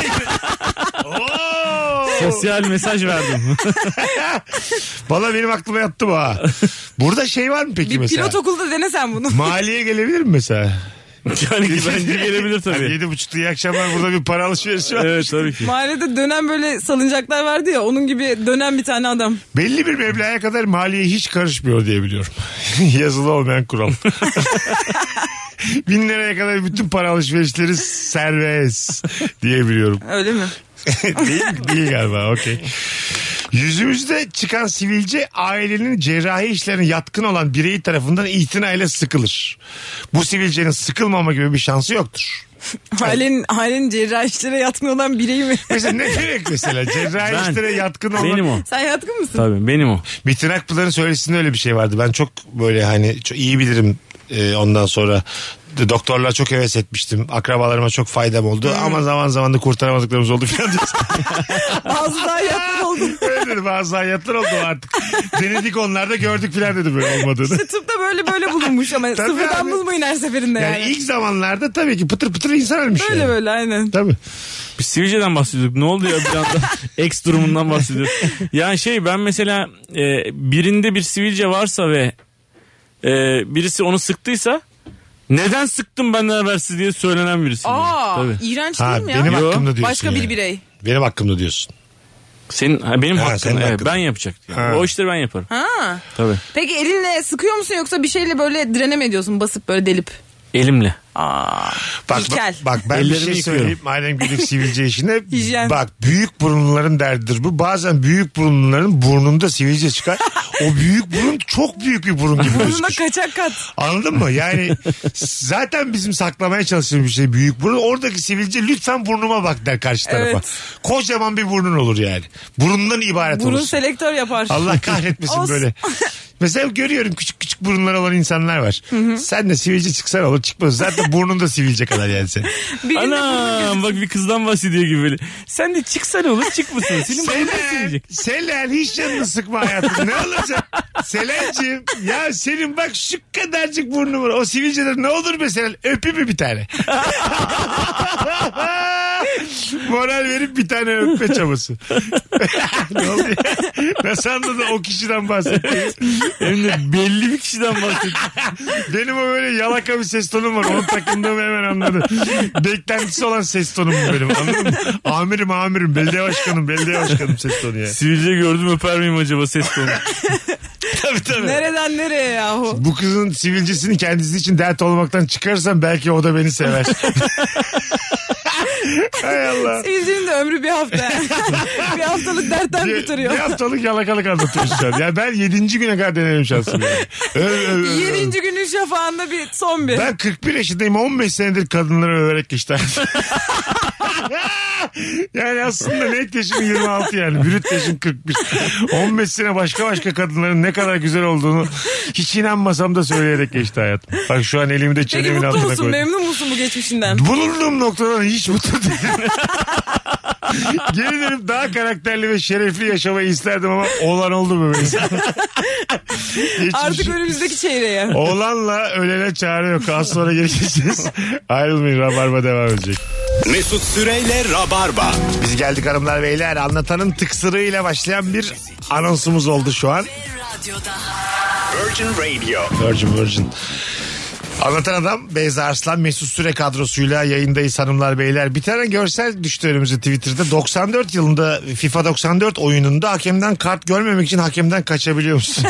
Oo! Sosyal mesaj verdim. Valla benim aklıma yattı bu ha. Burada şey var mı peki Bir mesela? pilot okulda dene sen bunu. Maliye gelebilir mi mesela? Yani bence gelebilir tabii. Yedi buçukta iyi akşamlar, burada bir para alışverişi var. Evet tabii ki. Mahallede dönen böyle salıncaklar vardı ya, onun gibi dönen bir tane adam. Belli bir meblağa kadar maliye hiç karışmıyor diye biliyorum. Yazılı olmayan kural. Bin liraya kadar bütün para alışverişleri serbest diye biliyorum. Öyle mi? değil, değil galiba, okey. Yüzümüzde çıkan sivilce ailenin cerrahi işlerine yatkın olan bireyi tarafından itinayla sıkılır. Bu sivilcenin sıkılmama gibi bir şansı yoktur. Ailenin, ailenin cerrahi işlere yatkın olan bireyi mi? Mesela ne demek mesela? Cerrahi Ben. işlere yatkın olan... Benim o. Sen yatkın mısın? Tabii benim o. Metin Akpınar'ın söyleşisinde öyle bir şey vardı. Ben çok böyle hani çok iyi bilirim. Ee, ondan sonra doktorlara çok heves etmiştim. Akrabalarıma çok faydam oldu. Hmm. Ama zaman zaman da kurtaramadıklarımız oldu falan diyorsun. Bazı zayiatlar oldu. Öyle dedi, bazı hayatlar oldu artık. Denedik, onlarda gördük falan dedi böyle olmadığını. İşte tıpta böyle böyle bulunmuş ama Tabii sıfırdan abi. bulmayın her seferinde Yani yani. ilk zamanlarda tabii ki pıtır pıtır insan ölmüş. Böyle yani. böyle aynen. Tabii. Biz sivilceden bahsediyorduk. Ne oldu ya bir anda? Ex durumundan bahsediyoruz. Yani şey, ben mesela e, birinde bir sivilce varsa ve e, birisi onu sıktıysa, neden sıktın benden habersiz diye söylenen birisi. Aa, Tabii. iğrenç Ha, değil mi ya? benim Yo. hakkımda diyorsun. Başka bir yani. birey. Benim hakkımda diyorsun. Senin, ha, benim Ha, hakkım. senin Evet, hakkın. ben yapacaktım. Ha. O işleri ben yaparım. Ha. Tabii. Peki elinle sıkıyor musun yoksa bir şeyle böyle direne mi ediyorsun basıp böyle delip? Elimle. Aa. Bak, İlkel. bak, bak ben bir Ellerimi şey yıkıyorum. söyleyeyim. Madem girdik sivilce işine. Hijyen. Bak büyük burunluların derdidir bu. Bazen büyük burunluların burnunda sivilce çıkar. O büyük burun çok büyük bir burun gibi Burnuna gözükür. kaçak kat. Anladın mı? Yani zaten bizim saklamaya çalıştığımız bir şey büyük burun. Oradaki sivilce lütfen burnuma bak der karşı tarafa. Evet. Kocaman bir burnun olur yani. Burundan ibaret Burun olur. selektör yapar. Allah kahretmesin Olsun. böyle. Mesela görüyorum küçük küçük burunlar olan insanlar var. Sen de sivilce çıksan olur çıkmaz. Zaten burnunda sivilce kadar yani senin. Bir gün de Anam bak bir kızdan bahsediyor gibi böyle. Sen de çıksana olur çıkmasın. Senin burnun Selen, silecek. Selen hiç canını sıkma hayatım. Ne olacak? Selen'ciğim ya senin bak şu kadarcık burnu var. O sivilceler ne olur be Selen? Öpeyim mi bir tane? Moral verip bir tane öpme çabası. Ne oldu ya? Nasıl anladın o kişiden bahsettiğini? Hem de belli bir kişiden bahsediyor. Benim o böyle yalaka bir ses tonum var. Onu takındığımı hemen anladı. Beklentisi olan ses tonum bu benim. Anladın mı? Amirim amirim. Belediye başkanım. Belediye başkanım ses tonu ya. Sivilce gördüm öper miyim acaba ses tonu? Tabii tabii. Nereden nereye yahu? Bu kızın sivilcesini kendisi için dert olmaktan çıkarsam belki o da beni sever. Hay Allah. Sivilcenin de ömrü bir hafta. Bir haftalık dertten Bir, kurtarıyor. bir haftalık yalakalık anlatıyoruz şu an. Ya ben yedinci güne kadar denerim şansımı. Yani. Öv, öv, öv, öv. Yedinci günün şafağında bir son bir. Ben kırk bir yaşındayım. on beş senedir kadınları överek geçti. Yani aslında net yaşım yirmi altı yani. Brüt yaşım kırk bir. on beş sene başka başka kadınların ne kadar güzel olduğunu hiç inanmasam da söyleyerek geçti hayatım. Bak şu an elimi de Peki çenemin mutlu altına musun? koydum. Memnun musun bu geçmişinden? Bulunduğum noktadan hiç mutlu değilim. Geri dönüp daha karakterli ve şerefli yaşamayı isterdim ama olan oldu mu böyle? Artık önümüzdeki çeyreğe. Oğlanla ölene çare yok. Az sonra geri geleceğiz. Ayrılmayın. Rabarba devam edecek. Mesut Süreyle Rabarba. Biz geldik hanımlar beyler. Anlatanın tıksırığıyla başlayan bir anonsumuz oldu şu an. Virgin Radio. Virgin Virgin. Anlatan Adam Beyza Arslan Mesut Süre kadrosuyla yayındayız hanımlar beyler. Bir tane görsel düştü önümüze Twitter'da. doksan dört yılında FIFA doksan dört oyununda hakemden kart görmemek için hakemden kaçabiliyor musun?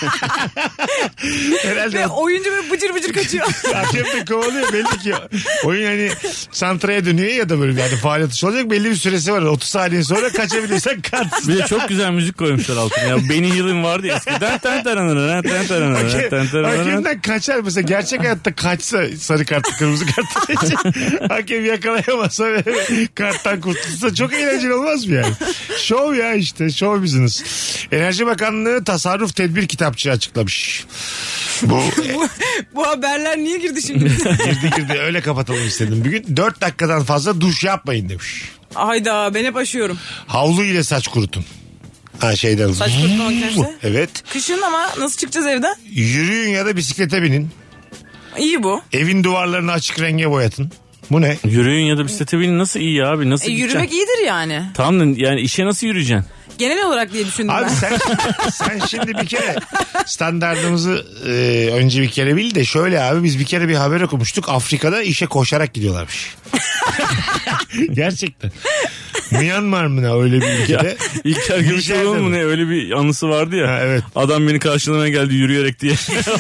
Herhalde Ve oyuncu böyle bıcır bıcır kaçıyor. hakem de kovalıyor belli ki. Oyun hani santraya dönüyor ya da böyle yani faal atışı olacak belli bir süresi var. otuz saniye sonra kaçabiliyorsan kart. Bir de çok güzel müzik koymuşlar altına. Ya Benny Hill'in vardı ya eskiden. Ten taranana, ten taranana, ten taranana. Hakemden kaçar mesela gerçek hayatta kaçsa sarı kartı kırmızı kartı hakem yakalayamasa ve karttan kurtulsa çok eğlenceli olmaz mı yani? Şov ya işte show business. Enerji Bakanlığı tasarruf tedbir kitapçığı açıklamış. Bu bu, bu haberler niye girdi şimdi? girdi girdi öyle kapatalım istedim. Bugün dört dakikadan fazla duş yapmayın demiş. Hayda ben hep aşıyorum. Havlu ile saç kurutun. Ha şeyden. Saç kurutma makinesi. Evet. Kışın ama nasıl çıkacağız evden? Yürüyün ya da bisiklete binin. İyi bu. Evin duvarlarını açık renge boyatın. Bu ne? Yürüyün ya da bisiklete binin nasıl iyi ya abi nasıl E, gideceksin? yürümek iyidir yani. Tamam da yani işe nasıl yürüyeceksin? Genel olarak diye düşündüm Abi ben. sen, sen şimdi bir kere standartımızı e, önce bir kere bil de şöyle abi biz bir kere bir haber okumuştuk. Afrika'da işe koşarak gidiyorlarmış. Gerçekten. Myanmar mı ne öyle bir ülkede. İlker Gümüşoğlu mu ne öyle bir anısı vardı ya. Ha, evet. Adam beni karşılamaya geldi yürüyerek diye.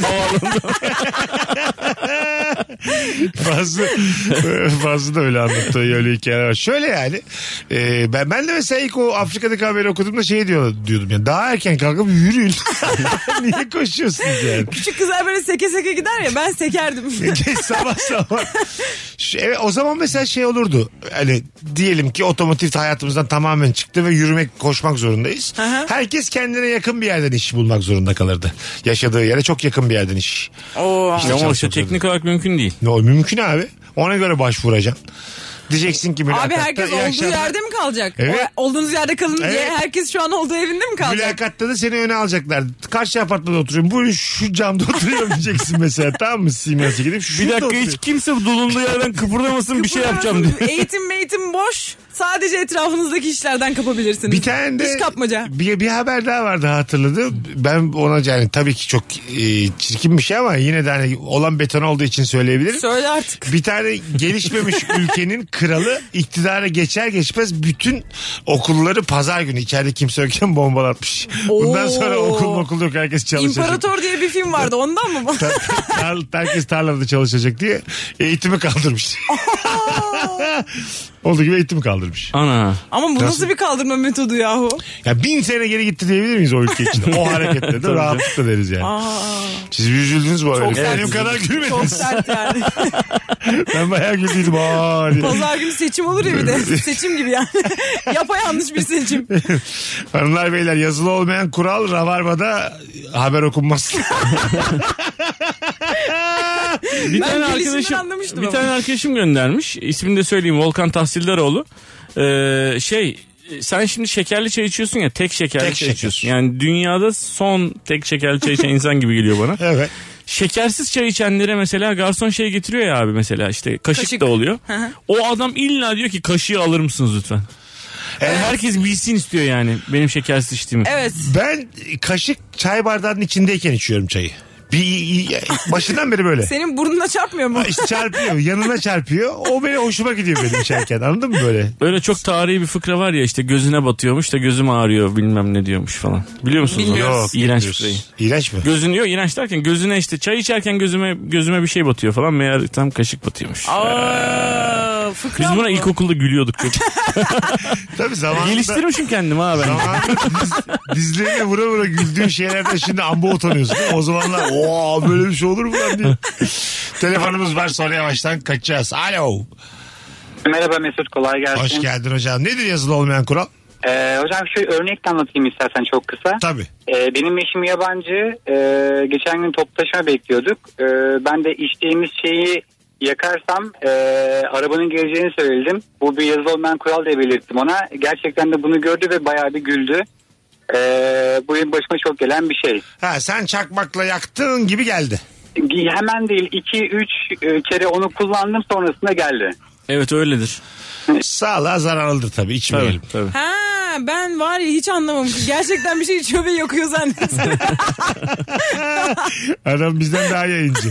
fazla fazla da öyle anlattı öyle hikayeler var. Şöyle yani e, ben ben de mesela ilk o Afrika'daki haberi okuduğumda şey diyor, diyordum ya daha erken kalkıp yürüyün. Niye koşuyorsunuz yani? Küçük kızlar böyle seke seke gider ya ben sekerdim. sabah sabah. Şu, evet, o zaman mesela şey olurdu. Hani diyelim ki otomotiv hayatımızdan tamamen çıktı ve yürümek, koşmak zorundayız. Aha. Herkes kendine yakın bir yerden iş bulmak zorunda kalırdı. Yaşadığı yere çok yakın bir yerden iş. Oo. İşte Ama işte çalışmak teknik olarak mümkün değil. Ne o mümkün abi. Ona göre başvuracaksın. Diyeceksin ki mülakatta. Abi herkes iyi olduğu akşamlar. yerde mi kalacak? Evet. O, olduğunuz yerde kalın diye Evet. herkes şu an olduğu evinde mi kalacak? Mülakatta da seni öne alacaklar. Karşı apartmanda oturuyorum. Buyurun şu camda oturuyorum diyeceksin mesela. Tamam mı? Siemens'e gidip Bir şurada dakika oturuyorum. hiç kimse bulunduğu yerden kıpırdamasın bir şey yapacağım diye. Eğitim eğitim boş. Sadece etrafınızdaki işlerden kapabilirsiniz. Bir tane de Hiç kapmaca. Bir, bir haber daha vardı hatırladım. Ben ona yani tabii ki çok e, çirkin bir şey ama yine de hani olan beton olduğu için söyleyebilirim. Söyle artık. Bir tane gelişmemiş ülkenin kralı iktidara geçer geçmez bütün okulları pazar günü içeride kimse yokken bombalatmış. Bundan sonra okul okul yok, herkes çalışacak. İmparator diye bir film vardı, ondan mı bu? Tar- herkes tarlada çalışacak diye eğitimi kaldırmış. Olduğu gibi eğitimi kaldırmış. Ana. Ama bu nasıl, Nasıl? bir kaldırma metodu yahu? Ya bin sene geri gitti diyebilir miyiz o ülke için? O hareketle de rahatlıkla deriz yani. Aa, Siz bir üzüldünüz bu Çok öyle. sert. Benim kadar çok gülmediniz. sert yani. Ben bayağı güldüydüm. Aa diye. Pazar günü seçim olur ya bir de. Seçim gibi yani. Yapayalnız bir seçim. Hanımlar beyler, yazılı olmayan kural Rabarba'da haber okunmaz. Bir Ben tane gelişinden arkadaşım anlamıştım bir ama. tane arkadaşım göndermiş. İsmini de söyleyeyim, Volkan Tahsildaroğlu. Ee, şey sen şimdi şekerli çay içiyorsun ya, tek şekerli Tek çay şeker. içiyorsun. Yani dünyada son tek şekerli çay içen insan gibi geliyor bana. Evet. Şekersiz çay içenlere mesela garson şey getiriyor ya abi, mesela işte kaşık, Kaşık. da oluyor. Hı hı. O adam illa diyor ki kaşığı alır mısınız lütfen. Yani herkes bilsin istiyor yani benim şekersiz içtiğimi. Evet. Ben kaşık çay bardağının içindeyken içiyorum çayı. Bir, başından beri böyle. Senin burnuna çarpmıyor mu? İşte çarpıyor. Yanına çarpıyor. O benim hoşuma gidiyor benim içerken. Anladın mı böyle? Böyle çok tarihi bir fıkra var ya, işte gözüne batıyormuş da gözüm ağrıyor bilmem ne diyormuş falan. Biliyor musunuz? onu? Bilmiyorum. Yok. İğrenç bilmiyoruz. fıkrayı. İğrenç mi? Gözün yok, iğrenç derken gözüne işte çay içerken gözüme gözüme bir şey batıyor falan, meğer tam kaşık batıyormuş. Aa, fıkra Biz buna mı? ilkokulda gülüyorduk çok. Tabii zamanında. Geliştirmişim kendimi ha ben. Zamanında diz, dizlerine vura vura güldüğün şeylerden şimdi amba utanıyorsun. O zamanlar ooo böyle bir şey olur mu lan diye. Telefonumuz var, sonra yavaştan kaçacağız. Alo. Merhaba Mesut, kolay gelsin. Hoş geldin hocam. Nedir yazılı olmayan kural? Ee, hocam şu örnek de anlatayım istersen çok kısa. Tabii. Ee, benim eşim yabancı. Ee, geçen gün toplu taşıma bekliyorduk. Ee, ben de içtiğimiz şeyi yakarsam e, arabanın geleceğini söyledim. Bu bir yazılı olmayan kural diye belirttim ona. Gerçekten de bunu gördü ve bayağı bir güldü. Ee, bu benim başıma çok gelen bir şey. Ha, sen çakmakla yaktığın gibi geldi. Hemen değil, iki üç kere onu kullandım, sonrasında geldi. Evet öyledir. Sağlığa zararlıdır tabii, içmeyelim. Tabii, tabii. Ha, ben var ya hiç anlamamışım. Gerçekten bir şey içiyor ve yakıyor zannettim. Adam bizden daha yayıncı.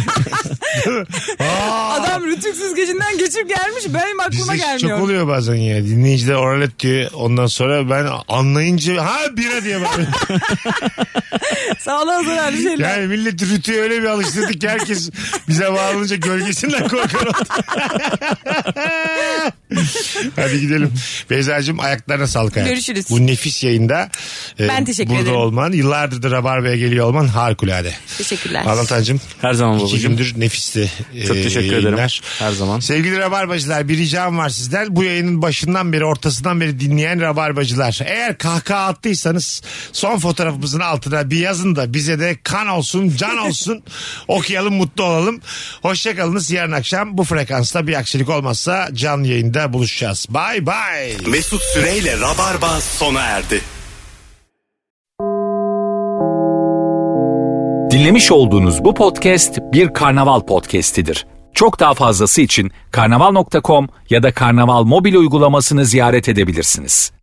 Aa, Adam rütük süzgecinden geçip gelmiş. Benim aklıma bizde gelmiyor. çok oluyor bazen ya. Dinleyiciler oralet diyor. Ondan sonra ben anlayınca ha bira diye bakıyorum. Sağlığa zararlı şeyler. Yani millet rütüye öyle bir alıştırdık ki herkes bize bağlanınca gölgesinden korkar. Hadi gidelim. Beyza'cığım ayaklarına sağlık hayatım. Görüşürüz. Bu nefis yayında e, Ben teşekkür burada ederim. olman, yıllardır da Rabarba'ya geliyor olman harikulade. Teşekkürler. Anlatancığım. Her zaman İki babacığım. gündür nefisti. Çok e, teşekkür yayınlar. ederim. Her zaman. Sevgili Rabarbacılar, bir ricam var sizden. Bu yayının başından beri, ortasından beri dinleyen Rabarbacılar. Eğer kahkaha attıysanız son fotoğrafımızın altına bir yazın da bize de kan olsun, can olsun. Okuyalım, mutlu olalım. Hoşçakalınız. Yarın akşam bu frekansta bir aksilik olmazsa canlı yayında buluşacağız. Bye bye. Mesut Süreyle Rabarba sona erdi. Dinlemiş olduğunuz bu podcast bir karnaval podcastidir. Çok daha fazlası için karnaval nokta com ya da karnaval mobil uygulamasını ziyaret edebilirsiniz.